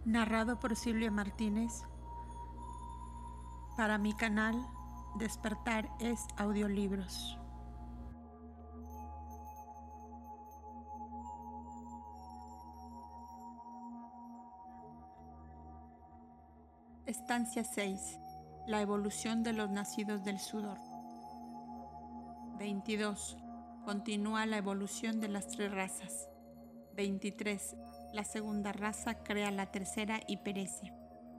Narrado por Silvia Martínez para mi canal Despertar es Audiolibros. Estancia 6. La evolución de los nacidos del sudor. 22. Continúa la evolución de las tres razas. 23. La segunda raza crea la tercera y perece.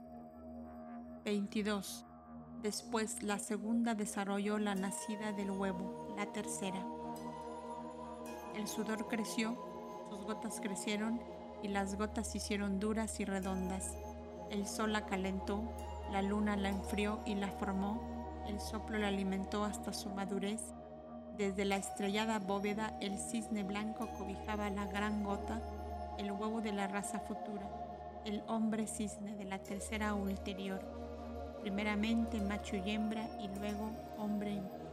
22. Después la segunda desarrolló la nacida del huevo, la tercera. El sudor creció, sus gotas crecieron y las gotas se hicieron duras y redondas. El sol la calentó, la luna la enfrió y la formó, el soplo la alimentó hasta su madurez. Desde la estrellada bóveda el cisne blanco cobijaba la gran gota, el huevo de la raza futura, el hombre cisne de la tercera ulterior, primeramente macho y hembra y luego hombre y mujer.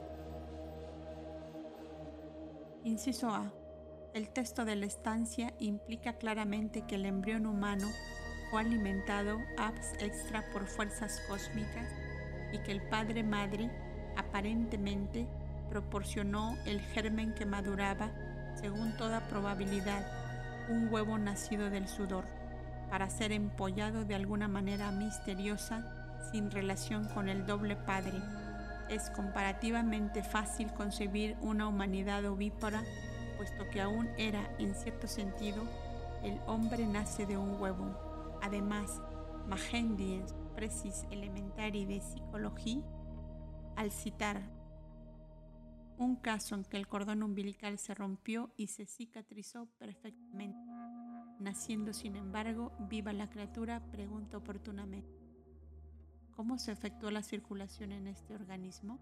Inciso A. El texto de la estancia implica claramente que el embrión humano fue alimentado abs extra por fuerzas cósmicas y que el padre-madre aparentemente proporcionó el germen que maduraba, según toda probabilidad, un huevo nacido del sudor, para ser empollado de alguna manera misteriosa sin relación con el doble padre. Es comparativamente fácil concebir una humanidad ovípara, puesto que aún era, en cierto sentido, el hombre nace de un huevo. Además, Magendie en su Precis Elementari de Psicología, al citar un caso en que el cordón umbilical se rompió y se cicatrizó perfectamente, naciendo sin embargo viva la criatura, pregunta oportunamente: ¿cómo se efectuó la circulación en este organismo?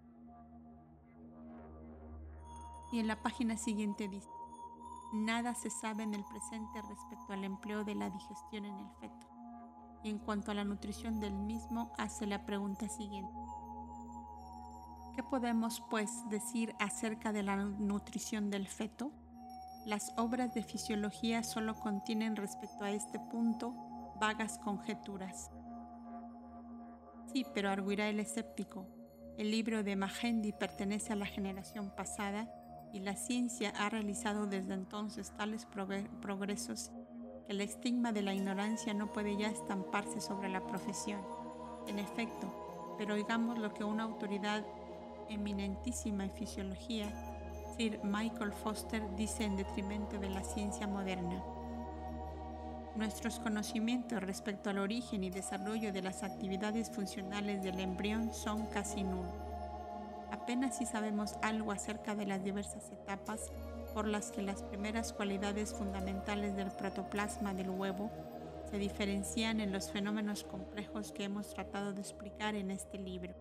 Y en la página siguiente dice: nada se sabe en el presente respecto al empleo de la digestión en el feto. Y en cuanto a la nutrición del mismo, hace la pregunta siguiente: ¿qué podemos, pues, decir acerca de la nutrición del feto? Las obras de fisiología solo contienen respecto a este punto vagas conjeturas. Sí, pero arguirá el escéptico, el libro de Magendie pertenece a la generación pasada y la ciencia ha realizado desde entonces tales progresos que el estigma de la ignorancia no puede ya estamparse sobre la profesión. En efecto, pero oigamos lo que una autoridad eminentísima en fisiología, Sir Michael Foster, dice en detrimento de la ciencia moderna. Nuestros conocimientos respecto al origen y desarrollo de las actividades funcionales del embrión son casi nulos. Apenas si sabemos algo acerca de las diversas etapas por las que las primeras cualidades fundamentales del protoplasma del huevo se diferencian en los fenómenos complejos que hemos tratado de explicar en este libro.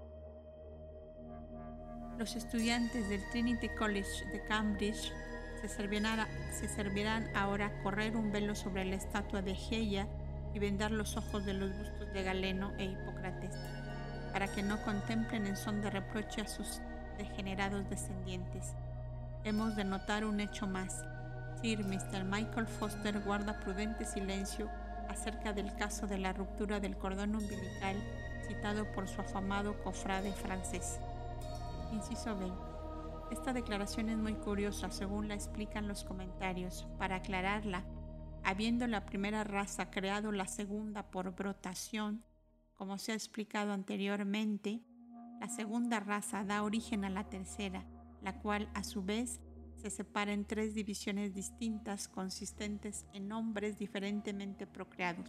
Los estudiantes del Trinity College de Cambridge se servirán ahora correr un velo sobre la estatua de Geia y vendar los ojos de los bustos de Galeno e Hipócrates, para que no contemplen en son de reproche a sus degenerados descendientes. Hemos de notar un hecho más. Sir Mr. Michael Foster guarda prudente silencio acerca del caso de la ruptura del cordón umbilical citado por su afamado cofrade francés. Inciso B. Esta declaración es muy curiosa según la explican los comentarios. Para aclararla, habiendo la primera raza creado la segunda por brotación, como se ha explicado anteriormente, la segunda raza da origen a la tercera, la cual a su vez se separa en tres divisiones distintas consistentes en hombres diferentemente procreados.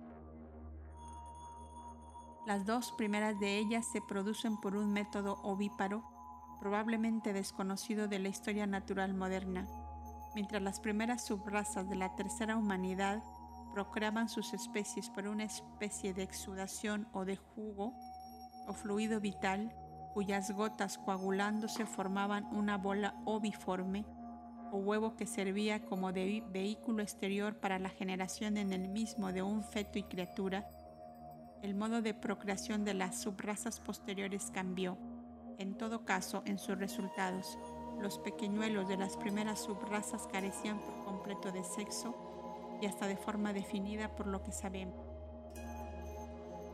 Las dos primeras de ellas se producen por un método ovíparo probablemente desconocido de la historia natural moderna, mientras las primeras subrazas de la tercera humanidad procreaban sus especies por una especie de exudación o de jugo o fluido vital, cuyas gotas coagulándose formaban una bola oviforme o huevo que servía como de vehículo exterior para la generación en el mismo de un feto y criatura. El modo de procreación de las subrazas posteriores cambió. En todo caso, en sus resultados, los pequeñuelos de las primeras subrazas carecían por completo de sexo y hasta de forma definida por lo que sabemos.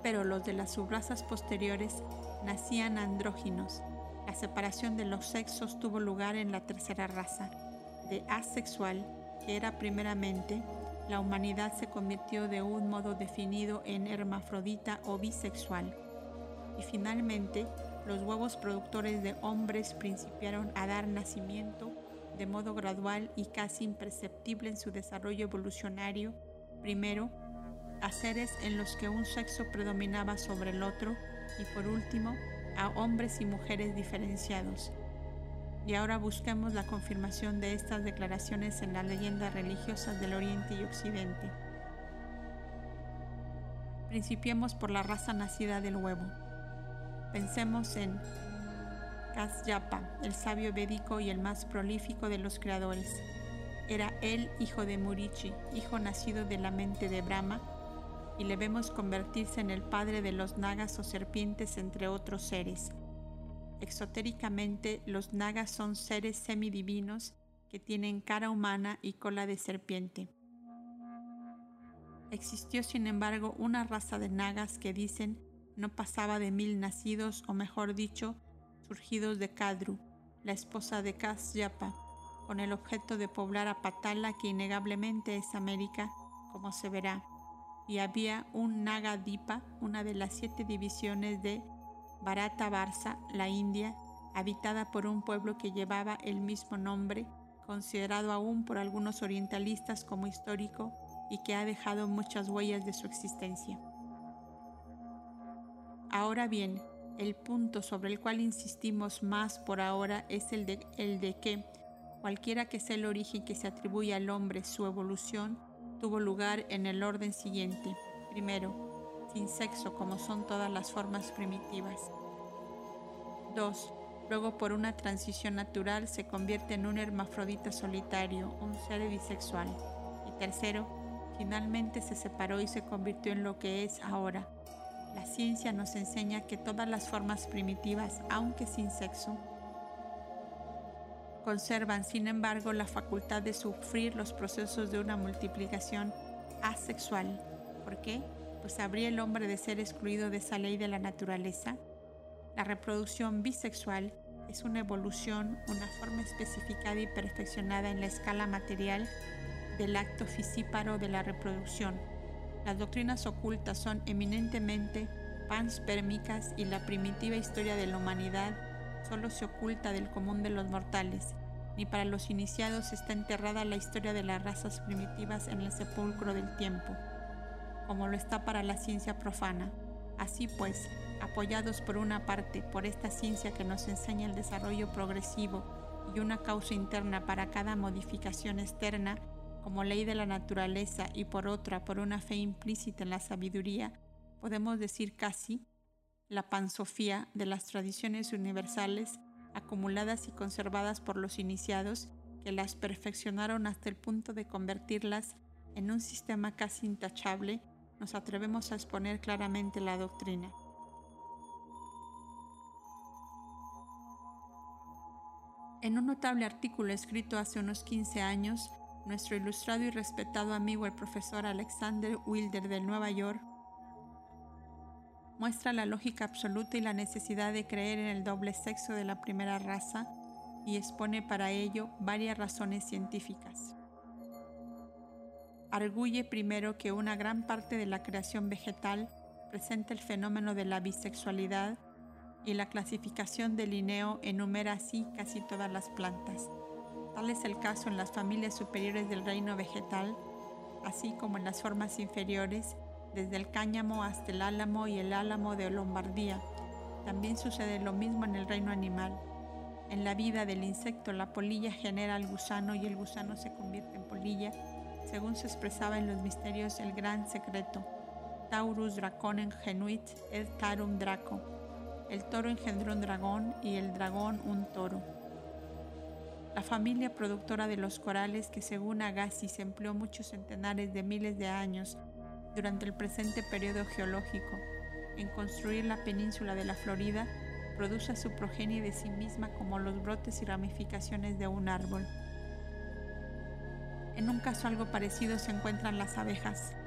pero los de las subrazas posteriores nacían andróginos. La separación de los sexos tuvo lugar en la tercera raza. De asexual, que era primeramente, la humanidad se convirtió de un modo definido en hermafrodita o bisexual. Y finalmente, los huevos productores de hombres principiaron a dar nacimiento de modo gradual y casi imperceptible en su desarrollo evolucionario, primero, a seres en los que un sexo predominaba sobre el otro y por último, a hombres y mujeres diferenciados. Y ahora busquemos la confirmación de estas declaraciones en las leyendas religiosas del Oriente y Occidente. Principiemos por la raza nacida del huevo. Pensemos en Kasyapa, el sabio védico y el más prolífico de los creadores. Era él hijo de Murichi, hijo nacido de la mente de Brahma, y le vemos convertirse en el padre de los nagas o serpientes, entre otros seres. Exotéricamente, los nagas son seres semidivinos que tienen cara humana y cola de serpiente. Existió, sin embargo, una raza de nagas que dicen no pasaba de 1000 nacidos, o mejor dicho, surgidos de Kadru, la esposa de Kasyapa, con el objeto de poblar a Patala, que innegablemente es América, como se verá. Y había un Nagadipa, una de las 7 divisiones de Bharata-Varsa, la India, habitada por un pueblo que llevaba el mismo nombre, considerado aún por algunos orientalistas como histórico y que ha dejado muchas huellas de su existencia. Ahora bien, el punto sobre el cual insistimos más por ahora es el de que, cualquiera que sea el origen que se atribuye al hombre, su evolución tuvo lugar en el orden siguiente. Primero, sin sexo, como son todas las formas primitivas. 2. Luego, por una transición natural, se convierte en un hermafrodita solitario, un ser bisexual. Y tercero, finalmente se separó y se convirtió en lo que es ahora. La ciencia nos enseña que todas las formas primitivas, aunque sin sexo, conservan, sin embargo, la facultad de sufrir los procesos de una multiplicación asexual. ¿Por qué? Pues ¿habría el hombre de ser excluido de esa ley de la naturaleza? La reproducción bisexual es una evolución, una forma especificada y perfeccionada en la escala material del acto fisíparo de la reproducción. Las doctrinas ocultas son eminentemente panspérmicas y la primitiva historia de la humanidad solo se oculta del común de los mortales. Ni para los iniciados está enterrada la historia de las razas primitivas en el sepulcro del tiempo, como lo está para la ciencia profana. Así pues, apoyados por una parte por esta ciencia que nos enseña el desarrollo progresivo y una causa interna para cada modificación externa, como ley de la naturaleza, y por otra por una fe implícita en la sabiduría, podemos decir casi la pansofía de las tradiciones universales acumuladas y conservadas por los iniciados, que las perfeccionaron hasta el punto de convertirlas en un sistema casi intachable. Nos atrevemos a exponer claramente la doctrina. En un notable artículo escrito hace unos 15 años, nuestro ilustrado y respetado amigo el profesor Alexander Wilder de Nueva York muestra la lógica absoluta y la necesidad de creer en el doble sexo de la primera raza y expone para ello varias razones científicas. Arguye primero que una gran parte de la creación vegetal presenta el fenómeno de la bisexualidad y la clasificación de Linneo enumera así casi todas las plantas. Tal es el caso en las familias superiores del reino vegetal, así como en las formas inferiores, desde el cáñamo hasta el álamo y el álamo de Lombardía. También sucede lo mismo en el reino animal. En la vida del insecto, la polilla genera al gusano y el gusano se convierte en polilla, según se expresaba en los misterios el gran secreto. Taurus draconem genuit et tarum draco. El toro engendró un dragón y el dragón un toro. La familia productora de los corales, que según Agassiz empleó muchos centenares de miles de años durante el presente periodo geológico en construir la península de la Florida, produce a su progenie de sí misma como los brotes y ramificaciones de un árbol. En un caso algo parecido se encuentran las abejas.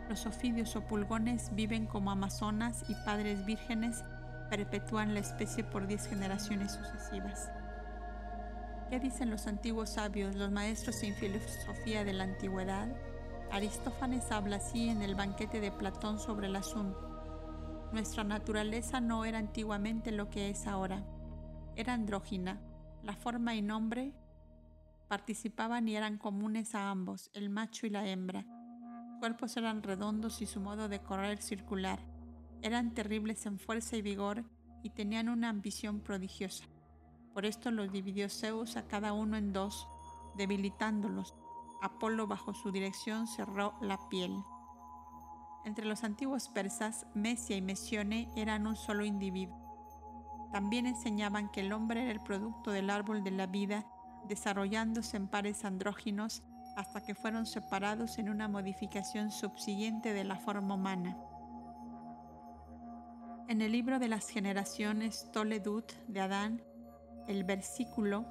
Los ofidios o pulgones viven como amazonas y padres vírgenes perpetúan la especie por 10 generaciones sucesivas. ¿Qué dicen los antiguos sabios, los maestros en filosofía de la antigüedad? Aristófanes habla así en el banquete de Platón sobre el asunto. Nuestra naturaleza no era antiguamente lo que es ahora. Era andrógina. La forma y nombre participaban y eran comunes a ambos, el macho y la hembra. Sus cuerpos eran redondos y su modo de correr circular. Eran terribles en fuerza y vigor y tenían una ambición prodigiosa. Por esto los dividió Zeus a cada uno en dos, debilitándolos. Apolo bajo su dirección cerró la piel. Entre los antiguos persas, Mesia y Mesione eran un solo individuo. También enseñaban que el hombre era el producto del árbol de la vida, desarrollándose en pares andróginos hasta que fueron separados en una modificación subsiguiente de la forma humana. En el libro de las generaciones Toledut de Adán, el versículo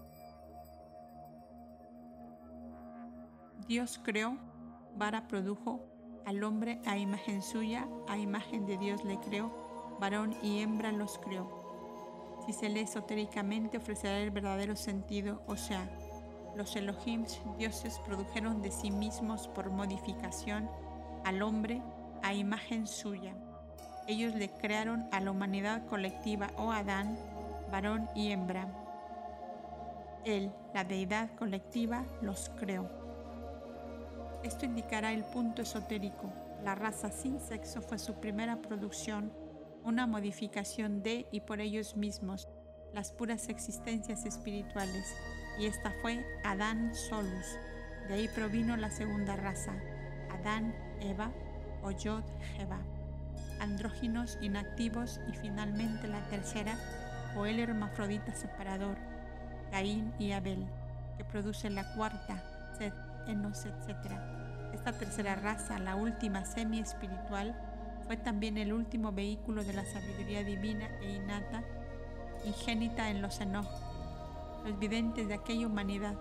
Dios creó, vara produjo, al hombre a imagen suya, a imagen de Dios le creó, varón y hembra los creó. Si se lee esotéricamente ofrecerá el verdadero sentido, o sea, los Elohim, dioses, produjeron de sí mismos por modificación al hombre a imagen suya. Ellos le crearon a la humanidad colectiva o Adán, varón y hembra. Él, la deidad colectiva, los creó. Esto indicará el punto esotérico. La raza sin sexo fue su primera producción, una modificación de y por ellos mismos, las puras existencias espirituales, y esta fue Adán Solus. De ahí provino la segunda raza, Adán, Eva o Yod, Jeva, andróginos inactivos, y finalmente la tercera, o el hermafrodita separador, Caín y Abel, que produce la cuarta, Set, Enos, etc. Esta tercera raza, la última semi-espiritual, fue también el último vehículo de la sabiduría divina e innata, ingénita en los Enoch, los videntes de aquella humanidad.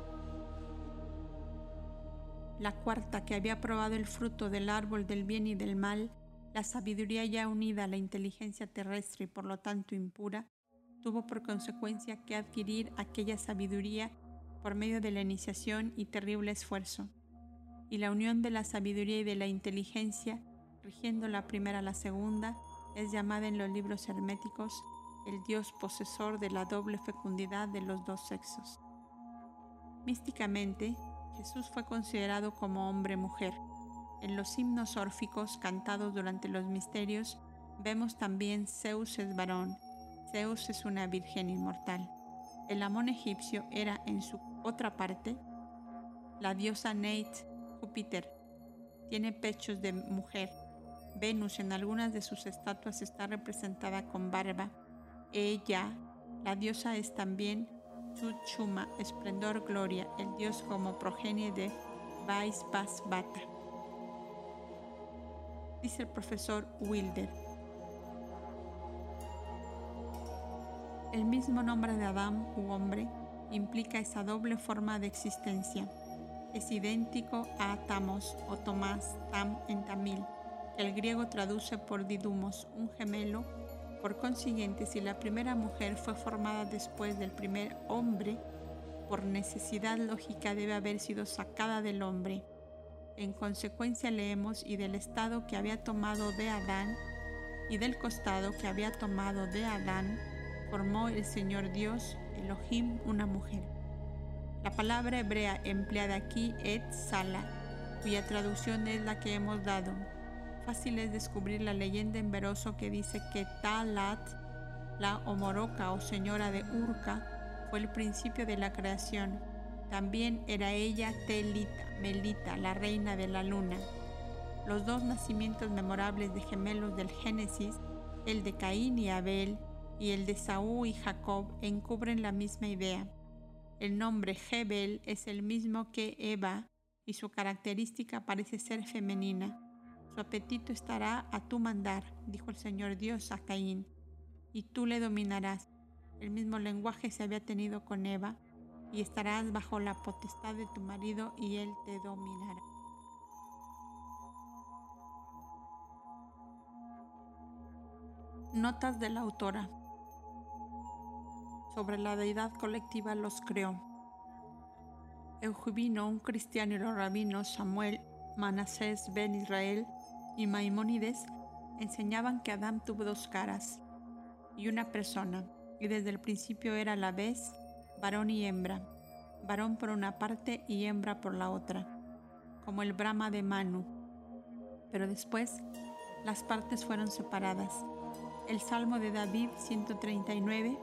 La cuarta, que había probado el fruto del árbol del bien y del mal, la sabiduría ya unida a la inteligencia terrestre y por lo tanto impura, tuvo por consecuencia que adquirir aquella sabiduría por medio de la iniciación y terrible esfuerzo. Y la unión de la sabiduría y de la inteligencia, rigiendo la primera a la segunda, es llamada en los libros herméticos el Dios posesor de la doble fecundidad de los dos sexos. Místicamente, Jesús fue considerado como hombre-mujer. En los himnos órficos cantados durante los misterios, vemos también Zeus es varón, Zeus es una virgen inmortal. El Amón egipcio era, en su otra parte, la diosa Neit, Júpiter. Tiene pechos de mujer. Venus en algunas de sus estatuas está representada con barba. Ella, la diosa, es también Tsuchuma, esplendor, gloria, el dios como progenie de Vaisvasvata. Dice el profesor Wilder. El mismo nombre de Adán u hombre implica esa doble forma de existencia. Es idéntico a Tamos o Tomás, Tam en tamil, que el griego traduce por Didumos, un gemelo. Por consiguiente, si la primera mujer fue formada después del primer hombre, por necesidad lógica debe haber sido sacada del hombre. En consecuencia leemos, y del estado que había tomado de Adán, y del costado que había tomado de Adán, formó el Señor Dios, Elohim, una mujer. La palabra hebrea empleada aquí es Sala, cuya traducción es la que hemos dado. Fácil es descubrir la leyenda en Beroso que dice que Talat, la Omoroca o señora de Urca, fue el principio de la creación. También era ella Telita, Melita, la reina de la luna. Los dos nacimientos memorables de gemelos del Génesis, el de Caín y Abel y el de Saúl y Jacob, encubren la misma idea. El nombre Jebel es el mismo que Eva y su característica parece ser femenina. Su apetito estará a tu mandar, dijo el Señor Dios a Caín, y tú le dominarás. El mismo lenguaje se había tenido con Eva, y estarás bajo la potestad de tu marido y él te dominará. Notas de la autora. Sobre la deidad colectiva los creó. Eujubino, un cristiano, y los rabinos Samuel, Manasés ben Israel y Maimónides enseñaban que Adán tuvo dos caras y una persona, y desde el principio era a la vez varón y hembra, varón por una parte y hembra por la otra, como el Brahma de Manu. Pero después las partes fueron separadas. El Salmo de David 139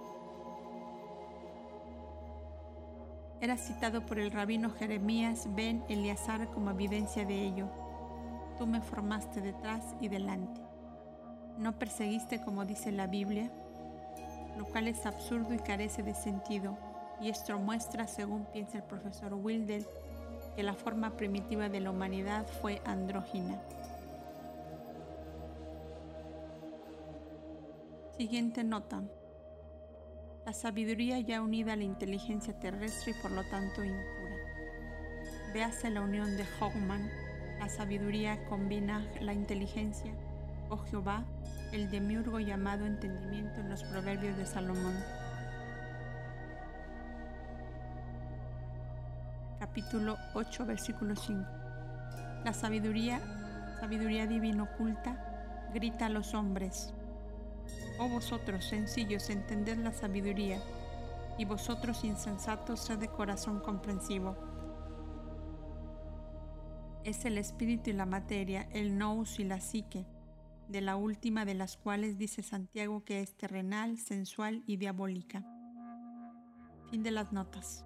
era citado por el rabino Jeremías ben Eleazar como evidencia de ello. Tú me formaste detrás y delante. ¿No perseguiste como dice la Biblia? Lo cual es absurdo y carece de sentido, y esto muestra, según piensa el profesor Wilder, que la forma primitiva de la humanidad fue andrógina. Siguiente nota. La sabiduría ya unida a la inteligencia terrestre y por lo tanto impura. Véase la unión de Hoffman. La sabiduría combina la inteligencia, oh Jehová, el demiurgo llamado entendimiento en los proverbios de Salomón. Capítulo 8, versículo 5. La sabiduría divina oculta, grita a los hombres. Oh vosotros sencillos, entended la sabiduría, y vosotros insensatos, sed de corazón comprensivo. Es el espíritu y la materia, el nous y la psique, de la última de las cuales dice Santiago que es terrenal, sensual y diabólica. Fin de las notas.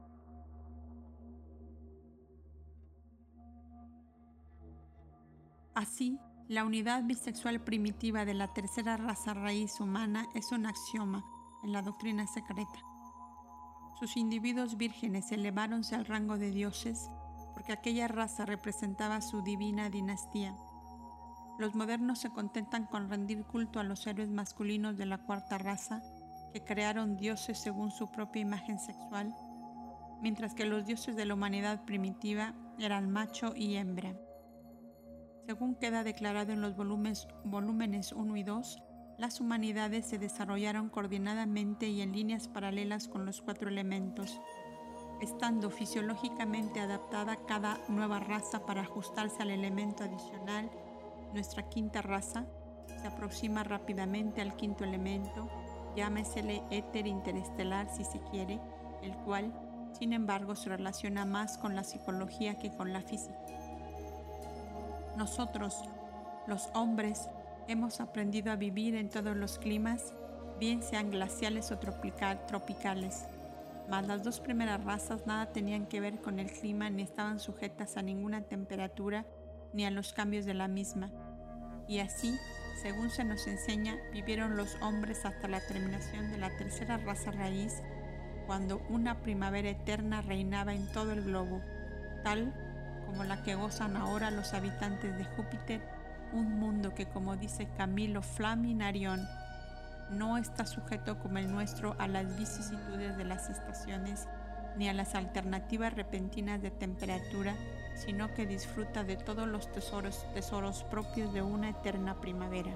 Así, la unidad bisexual primitiva de la tercera raza raíz humana es un axioma en la doctrina secreta. Sus individuos vírgenes eleváronse al rango de dioses porque aquella raza representaba su divina dinastía. Los modernos se contentan con rendir culto a los héroes masculinos de la cuarta raza que crearon dioses según su propia imagen sexual, mientras que los dioses de la humanidad primitiva eran macho y hembra. Según queda declarado en los volúmenes 1 y 2, las humanidades se desarrollaron coordinadamente y en líneas paralelas con los 4 elementos, estando fisiológicamente adaptada cada nueva raza para ajustarse al elemento adicional. Nuestra quinta raza se aproxima rápidamente al quinto elemento, llámesele éter interestelar si se quiere, el cual, sin embargo, se relaciona más con la psicología que con la física. Nosotros, los hombres, hemos aprendido a vivir en todos los climas, bien sean glaciales o tropicales, mas las 2 primeras razas nada tenían que ver con el clima ni estaban sujetas a ninguna temperatura ni a los cambios de la misma. Y así, según se nos enseña, vivieron los hombres hasta la terminación de la tercera raza raíz, cuando una primavera eterna reinaba en todo el globo, tal como la que gozan ahora los habitantes de Júpiter, un mundo que, como dice Camilo Flaminarión, no está sujeto como el nuestro a las vicisitudes de las estaciones ni a las alternativas repentinas de temperatura, sino que disfruta de todos los tesoros propios de una eterna primavera.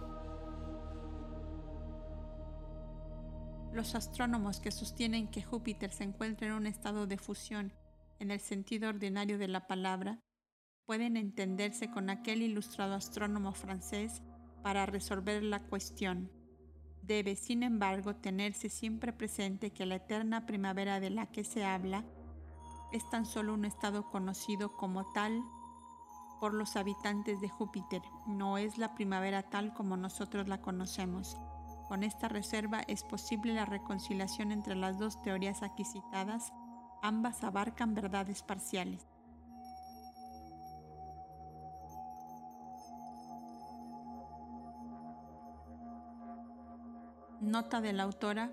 Los astrónomos que sostienen que Júpiter se encuentra en un estado de fusión en el sentido ordinario de la palabra, pueden entenderse con aquel ilustrado astrónomo francés para resolver la cuestión. Debe, sin embargo, tenerse siempre presente que la eterna primavera de la que se habla es tan solo un estado conocido como tal por los habitantes de Júpiter, no es la primavera tal como nosotros la conocemos. Con esta reserva es posible la reconciliación entre las 2 teorías aquí citadas, ambas abarcan verdades parciales. Nota de la autora.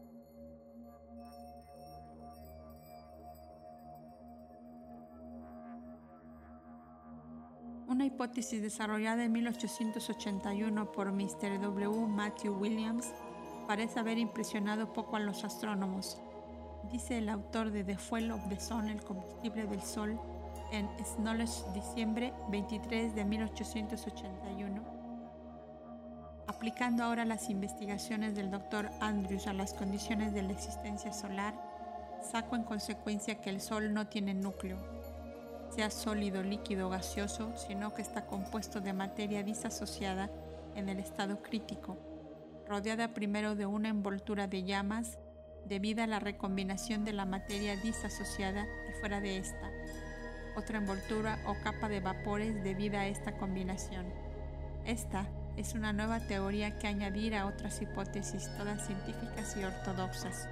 Una hipótesis desarrollada en 1881 por Mr. W. Matthew Williams parece haber impresionado poco a los astrónomos. Dice el autor de The Fuel of the Sun, el combustible del Sol, en Knowledge, diciembre 23 de 1881. A Aplicando ahora las investigaciones del Dr. Andrews a las condiciones de la existencia solar, saco en consecuencia que el Sol no tiene núcleo, sea sólido, líquido o gaseoso, sino que está compuesto de materia disasociada en el estado crítico, rodeada primero de una envoltura de llamas debido a la recombinación de la materia disasociada y fuera de esta, otra envoltura o capa de vapores debido a esta combinación. Esta es una nueva teoría que añadir a otras hipótesis todas científicas y ortodoxas.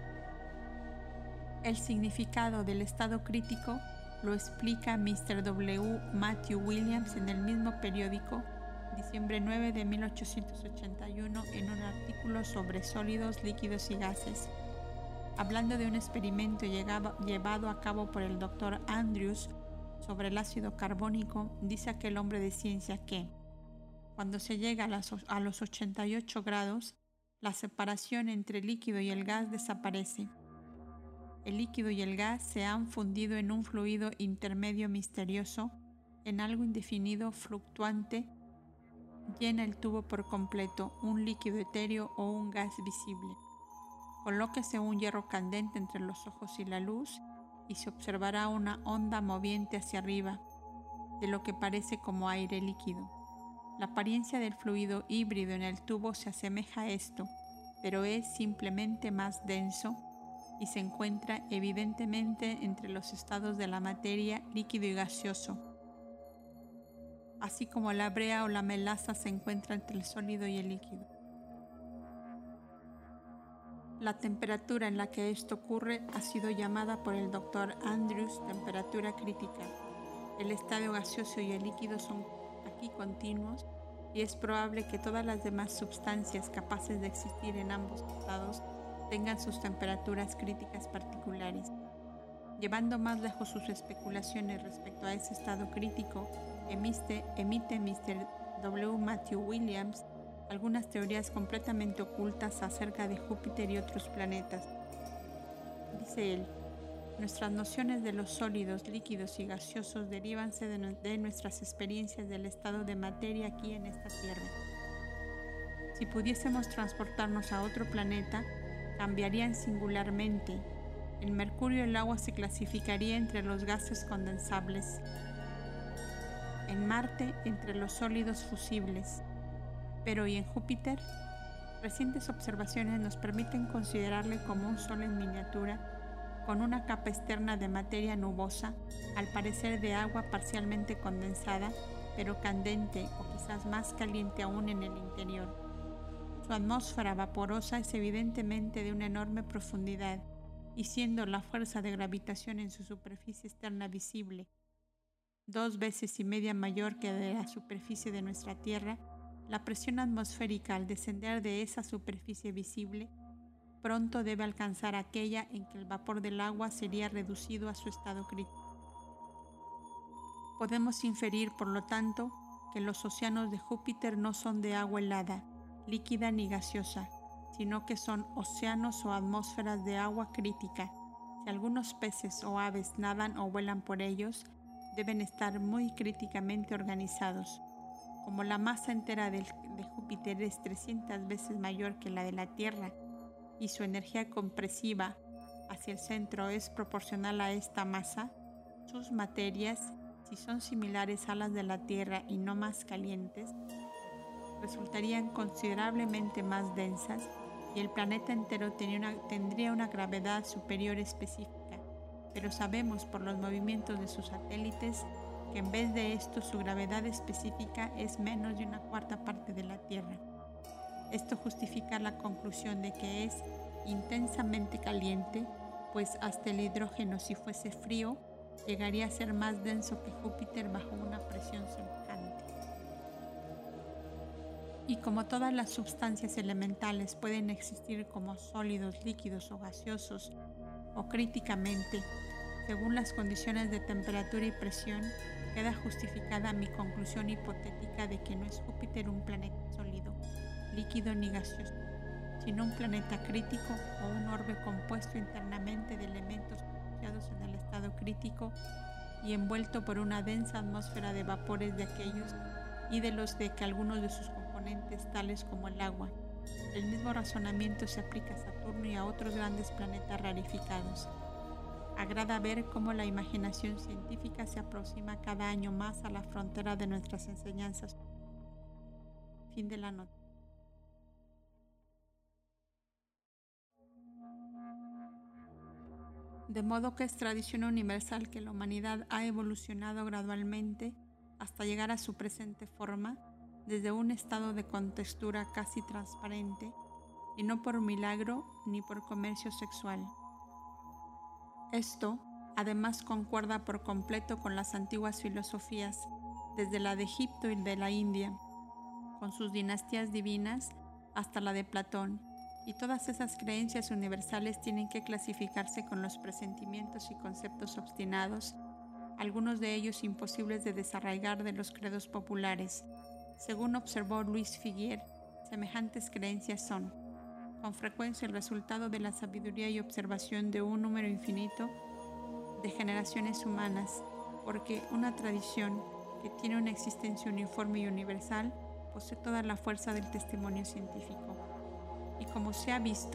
El significado del estado crítico lo explica Mr. W. Matthew Williams en el mismo periódico, diciembre 9 de 1881, en un artículo sobre sólidos, líquidos y gases. Hablando de un experimento llevado a cabo por el Dr. Andrews sobre el ácido carbónico, dice aquel hombre de ciencia que, cuando se llega a los 88 grados, la separación entre el líquido y el gas desaparece. El líquido y el gas se han fundido en un fluido intermedio misterioso, en algo indefinido, fluctuante, llena el tubo por completo, un líquido etéreo o un gas visible. Colóquese un hierro candente entre los ojos y la luz y se observará una onda moviente hacia arriba, de lo que parece como aire líquido. La apariencia del fluido híbrido en el tubo se asemeja a esto, pero es simplemente más denso y se encuentra evidentemente entre los estados de la materia líquido y gaseoso, así como la brea o la melaza se encuentra entre el sólido y el líquido. La temperatura en la que esto ocurre ha sido llamada por el Dr. Andrews temperatura crítica. El estado gaseoso y el líquido son aquí continuos y es probable que todas las demás sustancias capaces de existir en ambos estados tengan sus temperaturas críticas particulares. Llevando más lejos sus especulaciones respecto a ese estado crítico, emite Mr. W. Matthew Williams algunas teorías completamente ocultas acerca de Júpiter y otros planetas. Dice él, nuestras nociones de los sólidos, líquidos y gaseosos derivanse de nuestras experiencias del estado de materia aquí en esta Tierra. Si pudiésemos transportarnos a otro planeta, cambiarían singularmente. En Mercurio el agua se clasificaría entre los gases condensables. En Marte entre los sólidos fusibles. Pero ¿y en Júpiter? Recientes observaciones nos permiten considerarle como un sol en miniatura, con una capa externa de materia nubosa, al parecer de agua parcialmente condensada, pero candente o quizás más caliente aún en el interior. Su atmósfera vaporosa es evidentemente de una enorme profundidad, y siendo la fuerza de gravitación en su superficie externa visible 2,5 veces mayor que de la superficie de nuestra Tierra, la presión atmosférica al descender de esa superficie visible pronto debe alcanzar aquella en que el vapor del agua sería reducido a su estado crítico. Podemos inferir, por lo tanto, que los océanos de Júpiter no son de agua helada, líquida ni gaseosa, sino que son océanos o atmósferas de agua crítica. Si algunos peces o aves nadan o vuelan por ellos, deben estar muy críticamente organizados. Como la masa entera de Júpiter es 300 veces mayor que la de la Tierra y su energía compresiva hacia el centro es proporcional a esta masa, sus materias, si son similares a las de la Tierra y no más calientes, resultarían considerablemente más densas y el planeta entero tendría una gravedad superior específica, pero sabemos por los movimientos de sus satélites que en vez de esto su gravedad específica es menos de 1/4 parte de la Tierra. Esto justifica la conclusión de que es intensamente caliente, pues hasta el hidrógeno, si fuese frío, llegaría a ser más denso que Júpiter bajo una presión semejante. Y como todas las sustancias elementales pueden existir como sólidos, líquidos o gaseosos, o críticamente, según las condiciones de temperatura y presión, queda justificada mi conclusión hipotética de que no es Júpiter un planeta sólido, líquido ni gaseoso, sino un planeta crítico o un orbe compuesto internamente de elementos asociados en el estado crítico y envuelto por una densa atmósfera de vapores de aquellos y de los de que algunos de sus componentes componentes tales como el agua. El mismo razonamiento se aplica a Saturno y a otros grandes planetas rarificados. Agrada ver cómo la imaginación científica se aproxima cada año más a la frontera de nuestras enseñanzas. Fin de la nota. De modo que es tradición universal que la humanidad ha evolucionado gradualmente hasta llegar a su presente forma, desde un estado de contextura casi transparente, y no por milagro ni por comercio sexual. Esto, además, concuerda por completo con las antiguas filosofías, desde la de Egipto y de la India, con sus dinastías divinas hasta la de Platón, y todas esas creencias universales tienen que clasificarse con los presentimientos y conceptos obstinados, algunos de ellos imposibles de desarraigar de los credos populares. Según observó Luis Figuier, semejantes creencias son, con frecuencia, el resultado de la sabiduría y observación de un número infinito de generaciones humanas, porque una tradición que tiene una existencia uniforme y universal posee toda la fuerza del testimonio científico. Y como se ha visto,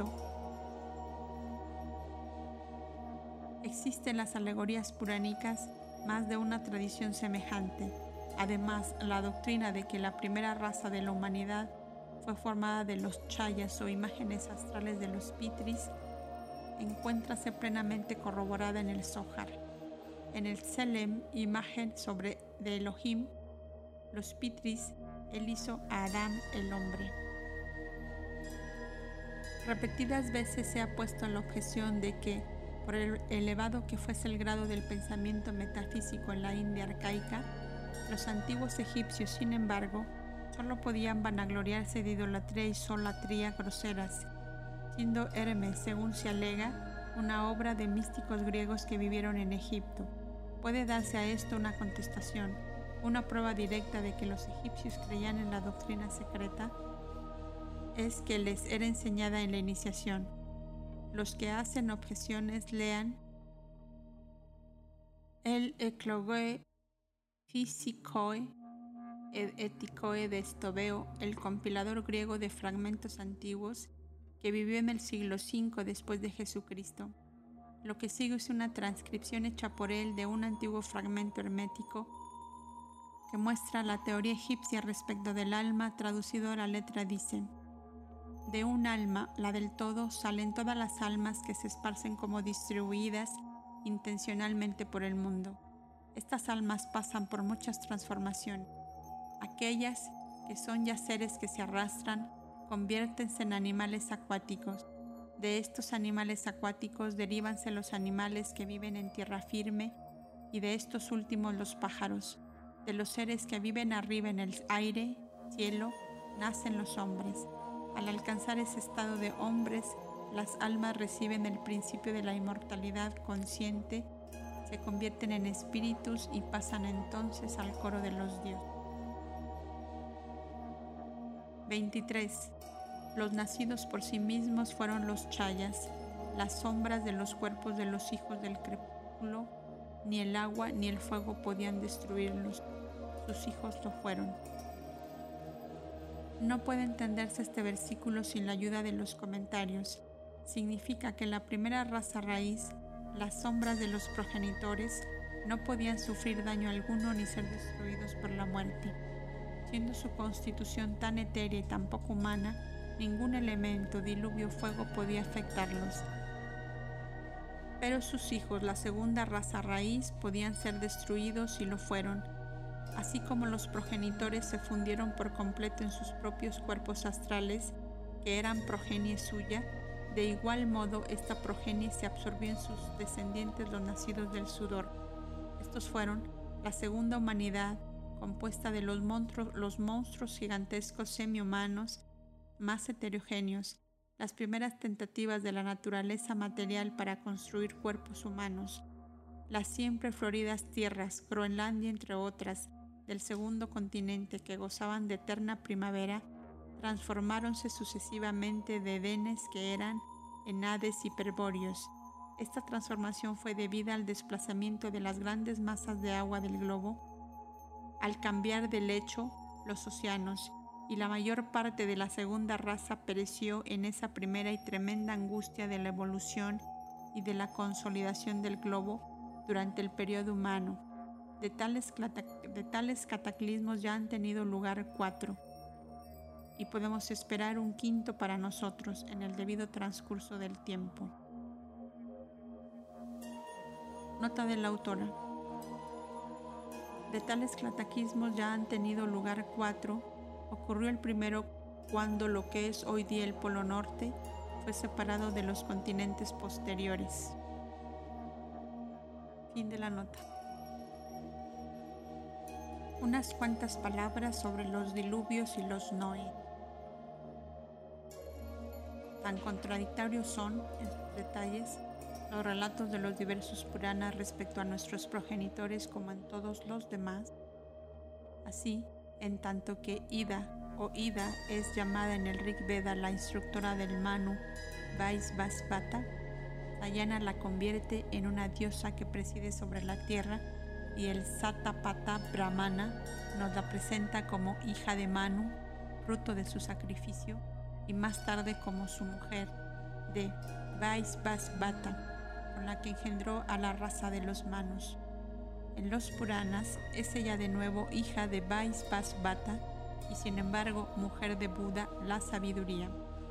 existen las alegorías puránicas más de una tradición semejante. Además, la doctrina de que la primera raza de la humanidad fue formada de los chayas o imágenes astrales de los pitris, encuéntrase plenamente corroborada en el Zohar. En el Tselem, imagen de Elohim, los pitris, él hizo a Adán el hombre. Repetidas veces se ha puesto la objeción de que, por el elevado que fuese el grado del pensamiento metafísico en la India arcaica, los antiguos egipcios, sin embargo, solo podían vanagloriarse de idolatría y solatría groseras, siendo Hermes, según se alega, una obra de místicos griegos que vivieron en Egipto. Puede darse a esto una contestación, una prueba directa de que los egipcios creían en la doctrina secreta es que les era enseñada en la iniciación. Los que hacen objeciones lean el Eclogoe Physicoe ed Ethicoe de Estobeo, el compilador griego de fragmentos antiguos, que vivió en el siglo V después de Jesucristo. Lo que sigue es una transcripción hecha por él de un antiguo fragmento hermético que muestra la teoría egipcia respecto del alma. Traducido a la letra dice: de un alma, la del todo, salen todas las almas que se esparcen como distribuidas intencionalmente por el mundo. Estas almas pasan por muchas transformaciones. Aquellas que son ya seres que se arrastran, conviértense en animales acuáticos. De estos animales acuáticos derívanse los animales que viven en tierra firme, y de estos últimos los pájaros. De los seres que viven arriba en el aire, cielo, nacen los hombres. Al alcanzar ese estado de hombres, las almas reciben el principio de la inmortalidad consciente, se convierten en espíritus y pasan entonces al coro de los dioses. 23. Los nacidos por sí mismos fueron los chayas, las sombras de los cuerpos de los hijos del crepúsculo. Ni el agua ni el fuego podían destruirlos, sus hijos lo fueron. No puede entenderse este versículo sin la ayuda de los comentarios. Significa que la primera raza raíz, las sombras de los progenitores, no podían sufrir daño alguno ni ser destruidos por la muerte. Siendo su constitución tan etérea y tan poco humana, ningún elemento, diluvio o fuego podía afectarlos. Pero sus hijos, la segunda raza raíz, podían ser destruidos y lo fueron. Así como los progenitores se fundieron por completo en sus propios cuerpos astrales, que eran progenie suya, de igual modo esta progenie se absorbió en sus descendientes, los nacidos del sudor. Estos fueron la segunda humanidad, compuesta de los monstruos gigantescos semi-humanos más heterogéneos, las primeras tentativas de la naturaleza material para construir cuerpos humanos, las siempre floridas tierras, Groenlandia entre otras, del segundo continente, que gozaban de eterna primavera, transformáronse sucesivamente de Edenes que eran en Hades hiperbóreos. Esta transformación fue debida al desplazamiento de las grandes masas de agua del globo, al cambiar de lecho los océanos, y la mayor parte de la segunda raza pereció en esa primera y tremenda angustia de la evolución y de la consolidación del globo durante el periodo humano. De tales cataclismos ya han tenido lugar 4, y podemos esperar un 5.º para nosotros en el debido transcurso del tiempo. Nota de la autora. De tales cataclismos ya han tenido lugar 4. Ocurrió el primero cuando lo que es hoy día el Polo Norte fue separado de los continentes posteriores. Fin de la nota. Unas cuantas palabras sobre los diluvios y los Noé. Tan contradictorios son, en sus detalles, los relatos de los diversos Puranas respecto a nuestros progenitores como en todos los demás. Así, en tanto que Ida o Ida es llamada en el Rig Veda la instructora del Manu Vaisvasvata, Sayana la convierte en una diosa que preside sobre la tierra, y el Satapatha Brahmana nos la presenta como hija de Manu, fruto de su sacrificio, y más tarde como su mujer, de Vaisvasvata, con la que engendró a la raza de los Manus. En los Puranas es ella de nuevo hija de Vaisvasvata y sin embargo mujer de Buda, la sabiduría.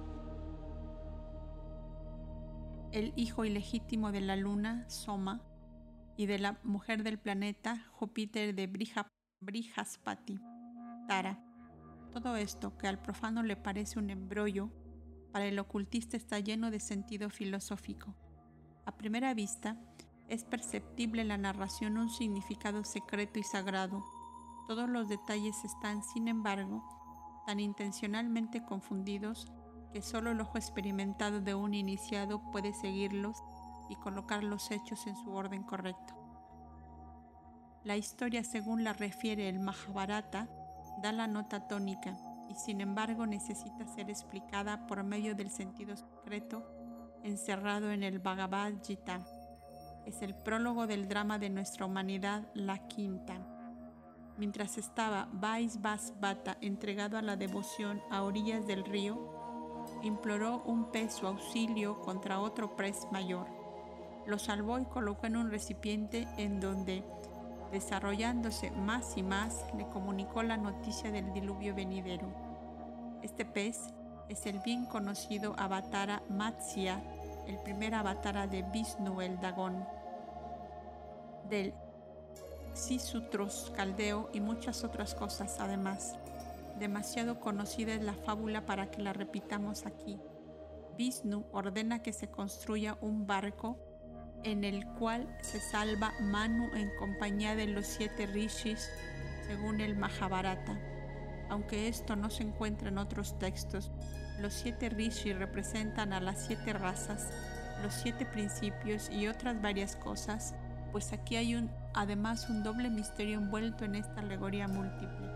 El hijo ilegítimo de la luna, Soma, y de la mujer del planeta, Júpiter de Brihaspati, Tara. Todo esto, que al profano le parece un embrollo, para el ocultista está lleno de sentido filosófico. A primera vista, es perceptible en la narración un significado secreto y sagrado. Todos los detalles están, sin embargo, tan intencionalmente confundidos que solo el ojo experimentado de un iniciado puede seguirlos y colocar los hechos en su orden correcto. La historia, según la refiere el Mahabharata, da la nota tónica y sin embargo necesita ser explicada por medio del sentido secreto encerrado en el Bhagavad Gita. Es el prólogo del drama de nuestra humanidad, la quinta. Mientras estaba Vaisvasvata entregado a la devoción a orillas del río, imploró un pez su auxilio contra otro pez mayor. Lo salvó y colocó en un recipiente en donde, desarrollándose más y más, le comunicó la noticia del diluvio venidero. Este pez es el bien conocido Avatara Matsya, el primer avatara de Vishnu el Dagón, del Xisutros caldeo y muchas otras cosas además. Demasiado conocida es la fábula para que la repitamos aquí. Vishnu ordena que se construya un barco en el cual se salva Manu en compañía de los 7 rishis, según el Mahabharata. Aunque esto no se encuentra en otros textos, los 7 rishis representan a las 7 razas, los 7 principios y otras varias cosas, pues aquí hay además un doble misterio envuelto en esta alegoría múltiple.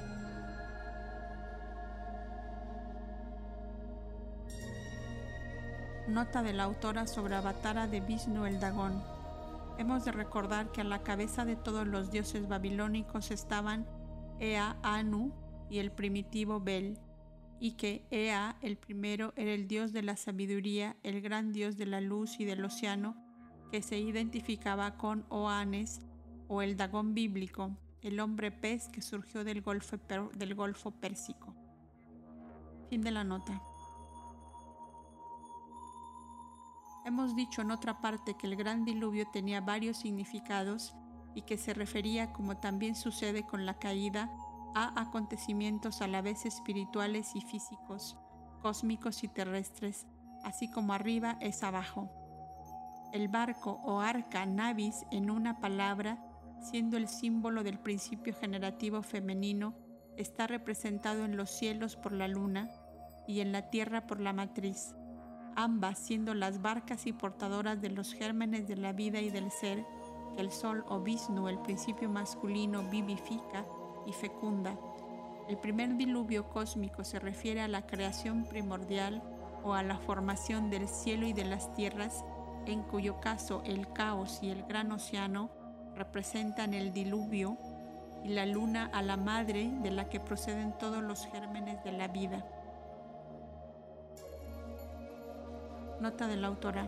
Nota de la autora sobre Avatara de Vishnu el Dagón. Hemos de recordar que a la cabeza de todos los dioses babilónicos estaban Ea, Anu y el primitivo Bel, y que Ea, el primero, era el dios de la sabiduría, el gran dios de la luz y del océano, que se identificaba con Oanes, o el Dagón bíblico, el hombre pez que surgió del Golfo Pérsico. Fin de la nota. Hemos dicho en otra parte que el gran diluvio tenía varios significados y que se refería, como también sucede con la caída, a acontecimientos a la vez espirituales y físicos, cósmicos y terrestres, así como arriba es abajo. El barco o arca navis, en una palabra, siendo el símbolo del principio generativo femenino, está representado en los cielos por la luna y en la tierra por la matriz, ambas siendo las barcas y portadoras de los gérmenes de la vida y del ser, que el sol o Vishnu, el principio masculino, vivifica y fecunda. El primer diluvio cósmico se refiere a la creación primordial o a la formación del cielo y de las tierras, en cuyo caso el caos y el gran océano representan el diluvio y la luna a la madre de la que proceden todos los gérmenes de la vida. Nota de la autora.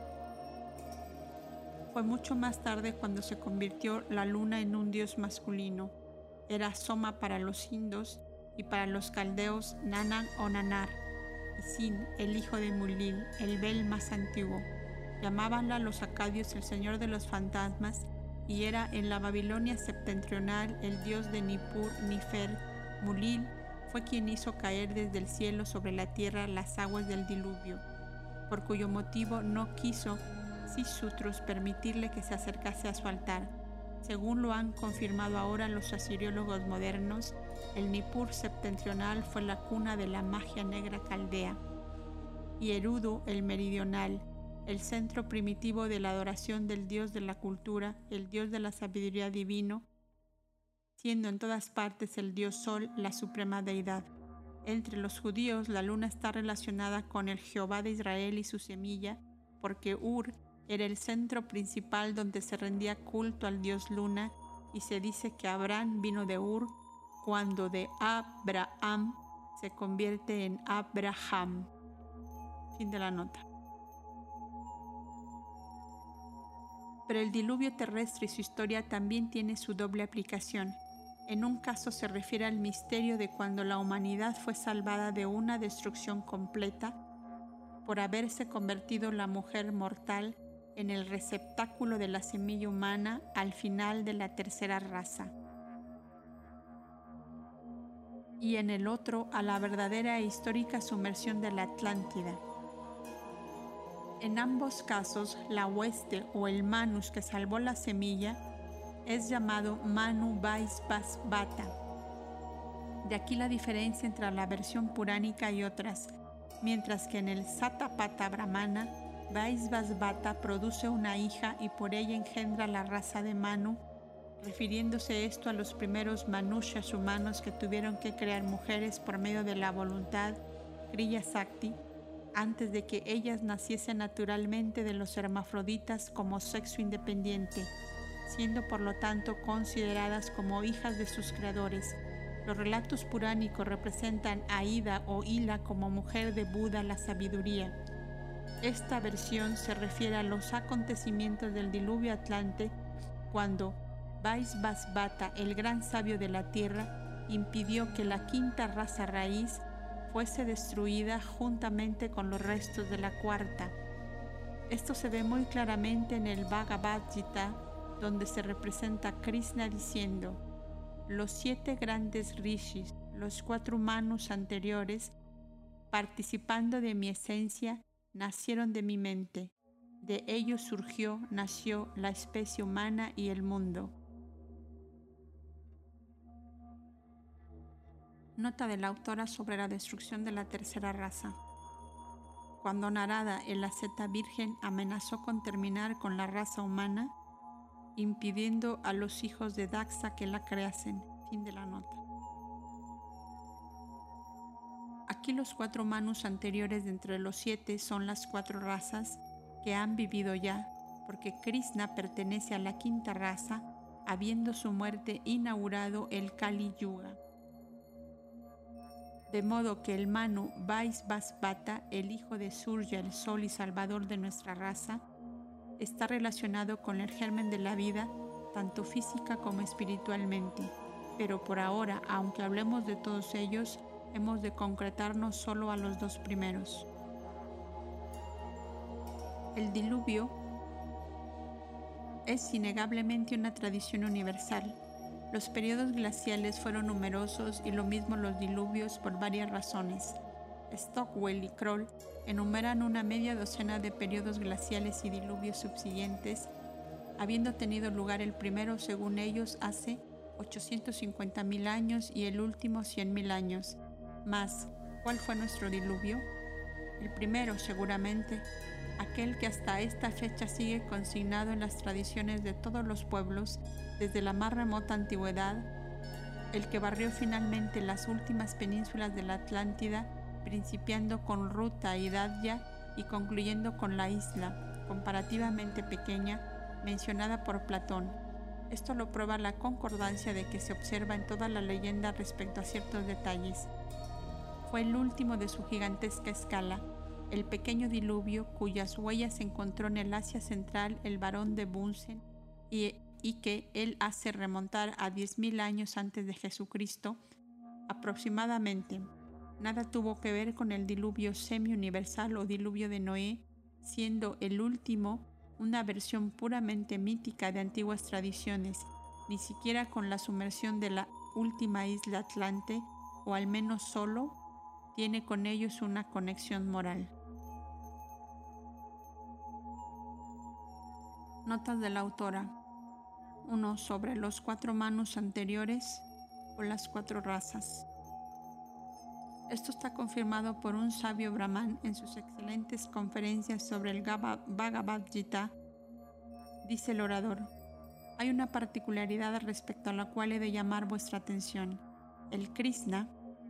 Fue mucho más tarde cuando se convirtió la luna en un dios masculino. Era Soma para los indos y para los caldeos Nanan o Nanar, y Sin, el hijo de Mulil, el Bel más antiguo. Llamábanla los acadios el señor de los fantasmas, y era en la Babilonia septentrional el dios de Nippur, Nifer. Mulil fue quien hizo caer desde el cielo sobre la tierra las aguas del diluvio, por cuyo motivo no quiso Xisutros permitirle que se acercase a su altar. Según lo han confirmado ahora los asiriólogos modernos, el Nippur septentrional fue la cuna de la magia negra caldea, y Eridu, el meridional, el centro primitivo de la adoración del dios de la cultura, el dios de la sabiduría divino, siendo en todas partes el dios Sol la suprema deidad. Entre los judíos, la luna está relacionada con el Jehová de Israel y su semilla, porque Ur era el centro principal donde se rendía culto al dios Luna, y se dice que Abraham vino de Ur, cuando de Abraham se convierte en Abraham. Fin de la nota. Pero el diluvio terrestre y su historia también tiene su doble aplicación. En un caso se refiere al misterio de cuando la humanidad fue salvada de una destrucción completa por haberse convertido la mujer mortal en el receptáculo de la semilla humana al final de la tercera raza. Y en el otro a la verdadera e histórica sumersión de la Atlántida. En ambos casos, la hueste o el Manus que salvó la semilla es llamado Manu Vaisvasvata. De aquí la diferencia entre la versión puránica y otras, mientras que en el Satapatha Brahmana, Vaisvasvata produce una hija y por ella engendra la raza de Manu, refiriéndose esto a los primeros manushas humanos que tuvieron que crear mujeres por medio de la voluntad, Kriya Sakti, antes de que ellas naciesen naturalmente de los hermafroditas como sexo independiente, siendo por lo tanto consideradas como hijas de sus creadores. Los relatos puránicos representan a Ida o Ila como mujer de Buda, la sabiduría. Esta versión se refiere a los acontecimientos del diluvio atlante, cuando Vaisvasvata, el gran sabio de la tierra, impidió que la quinta raza raíz fuese destruida juntamente con los restos de la cuarta. Esto se ve muy claramente en el Bhagavad Gita, donde se representa a Krishna diciendo: los 7 grandes rishis, los 4 humanos anteriores, participando de mi esencia, nacieron de mi mente. De ellos nació la especie humana y el mundo. Nota de la autora sobre la destrucción de la tercera raza. Cuando Narada, el asceta virgen, amenazó con terminar con la raza humana, impidiendo a los hijos de Daxa que la creasen. Fin de la nota. Aquí los 4 Manus anteriores de entre los 7 son las 4 razas que han vivido ya, porque Krishna pertenece a la quinta raza, habiendo su muerte inaugurado el Kali Yuga. De modo que el Manu Vaisvasvata, el hijo de Surya, el sol y salvador de nuestra raza, está relacionado con el germen de la vida, tanto física como espiritualmente. Pero por ahora, aunque hablemos de todos ellos, hemos de concretarnos solo a los 2 primeros. El diluvio es innegablemente una tradición universal. Los periodos glaciales fueron numerosos y lo mismo los diluvios por varias razones. Stockwell y Kroll enumeran una media docena de periodos glaciales y diluvios subsiguientes, habiendo tenido lugar el primero, según ellos, hace 850.000 años y el último 100.000 años. Mas, ¿cuál fue nuestro diluvio? El primero, seguramente, aquel que hasta esta fecha sigue consignado en las tradiciones de todos los pueblos desde la más remota antigüedad, el que barrió finalmente las últimas penínsulas de la Atlántida, principiando con Ruta y Dadya y concluyendo con la isla, comparativamente pequeña, mencionada por Platón. Esto lo prueba la concordancia de que se observa en toda la leyenda respecto a ciertos detalles. Fue el último de su gigantesca escala, el pequeño diluvio cuyas huellas encontró en el Asia Central el barón de Bunsen y que él hace remontar a 10.000 años antes de Jesucristo aproximadamente. Nada tuvo que ver con el diluvio semi-universal o diluvio de Noé, siendo el último una versión puramente mítica de antiguas tradiciones, ni siquiera con la sumersión de la última isla Atlante, o al menos solo tiene con ellos una conexión moral. Notas de la autora. 1. Sobre los 4 manus anteriores o las 4 razas. Esto está confirmado por un sabio brahman en sus excelentes conferencias sobre el Bhagavad Gita. Dice el orador: hay una particularidad respecto a la cual he de llamar vuestra atención. El Krishna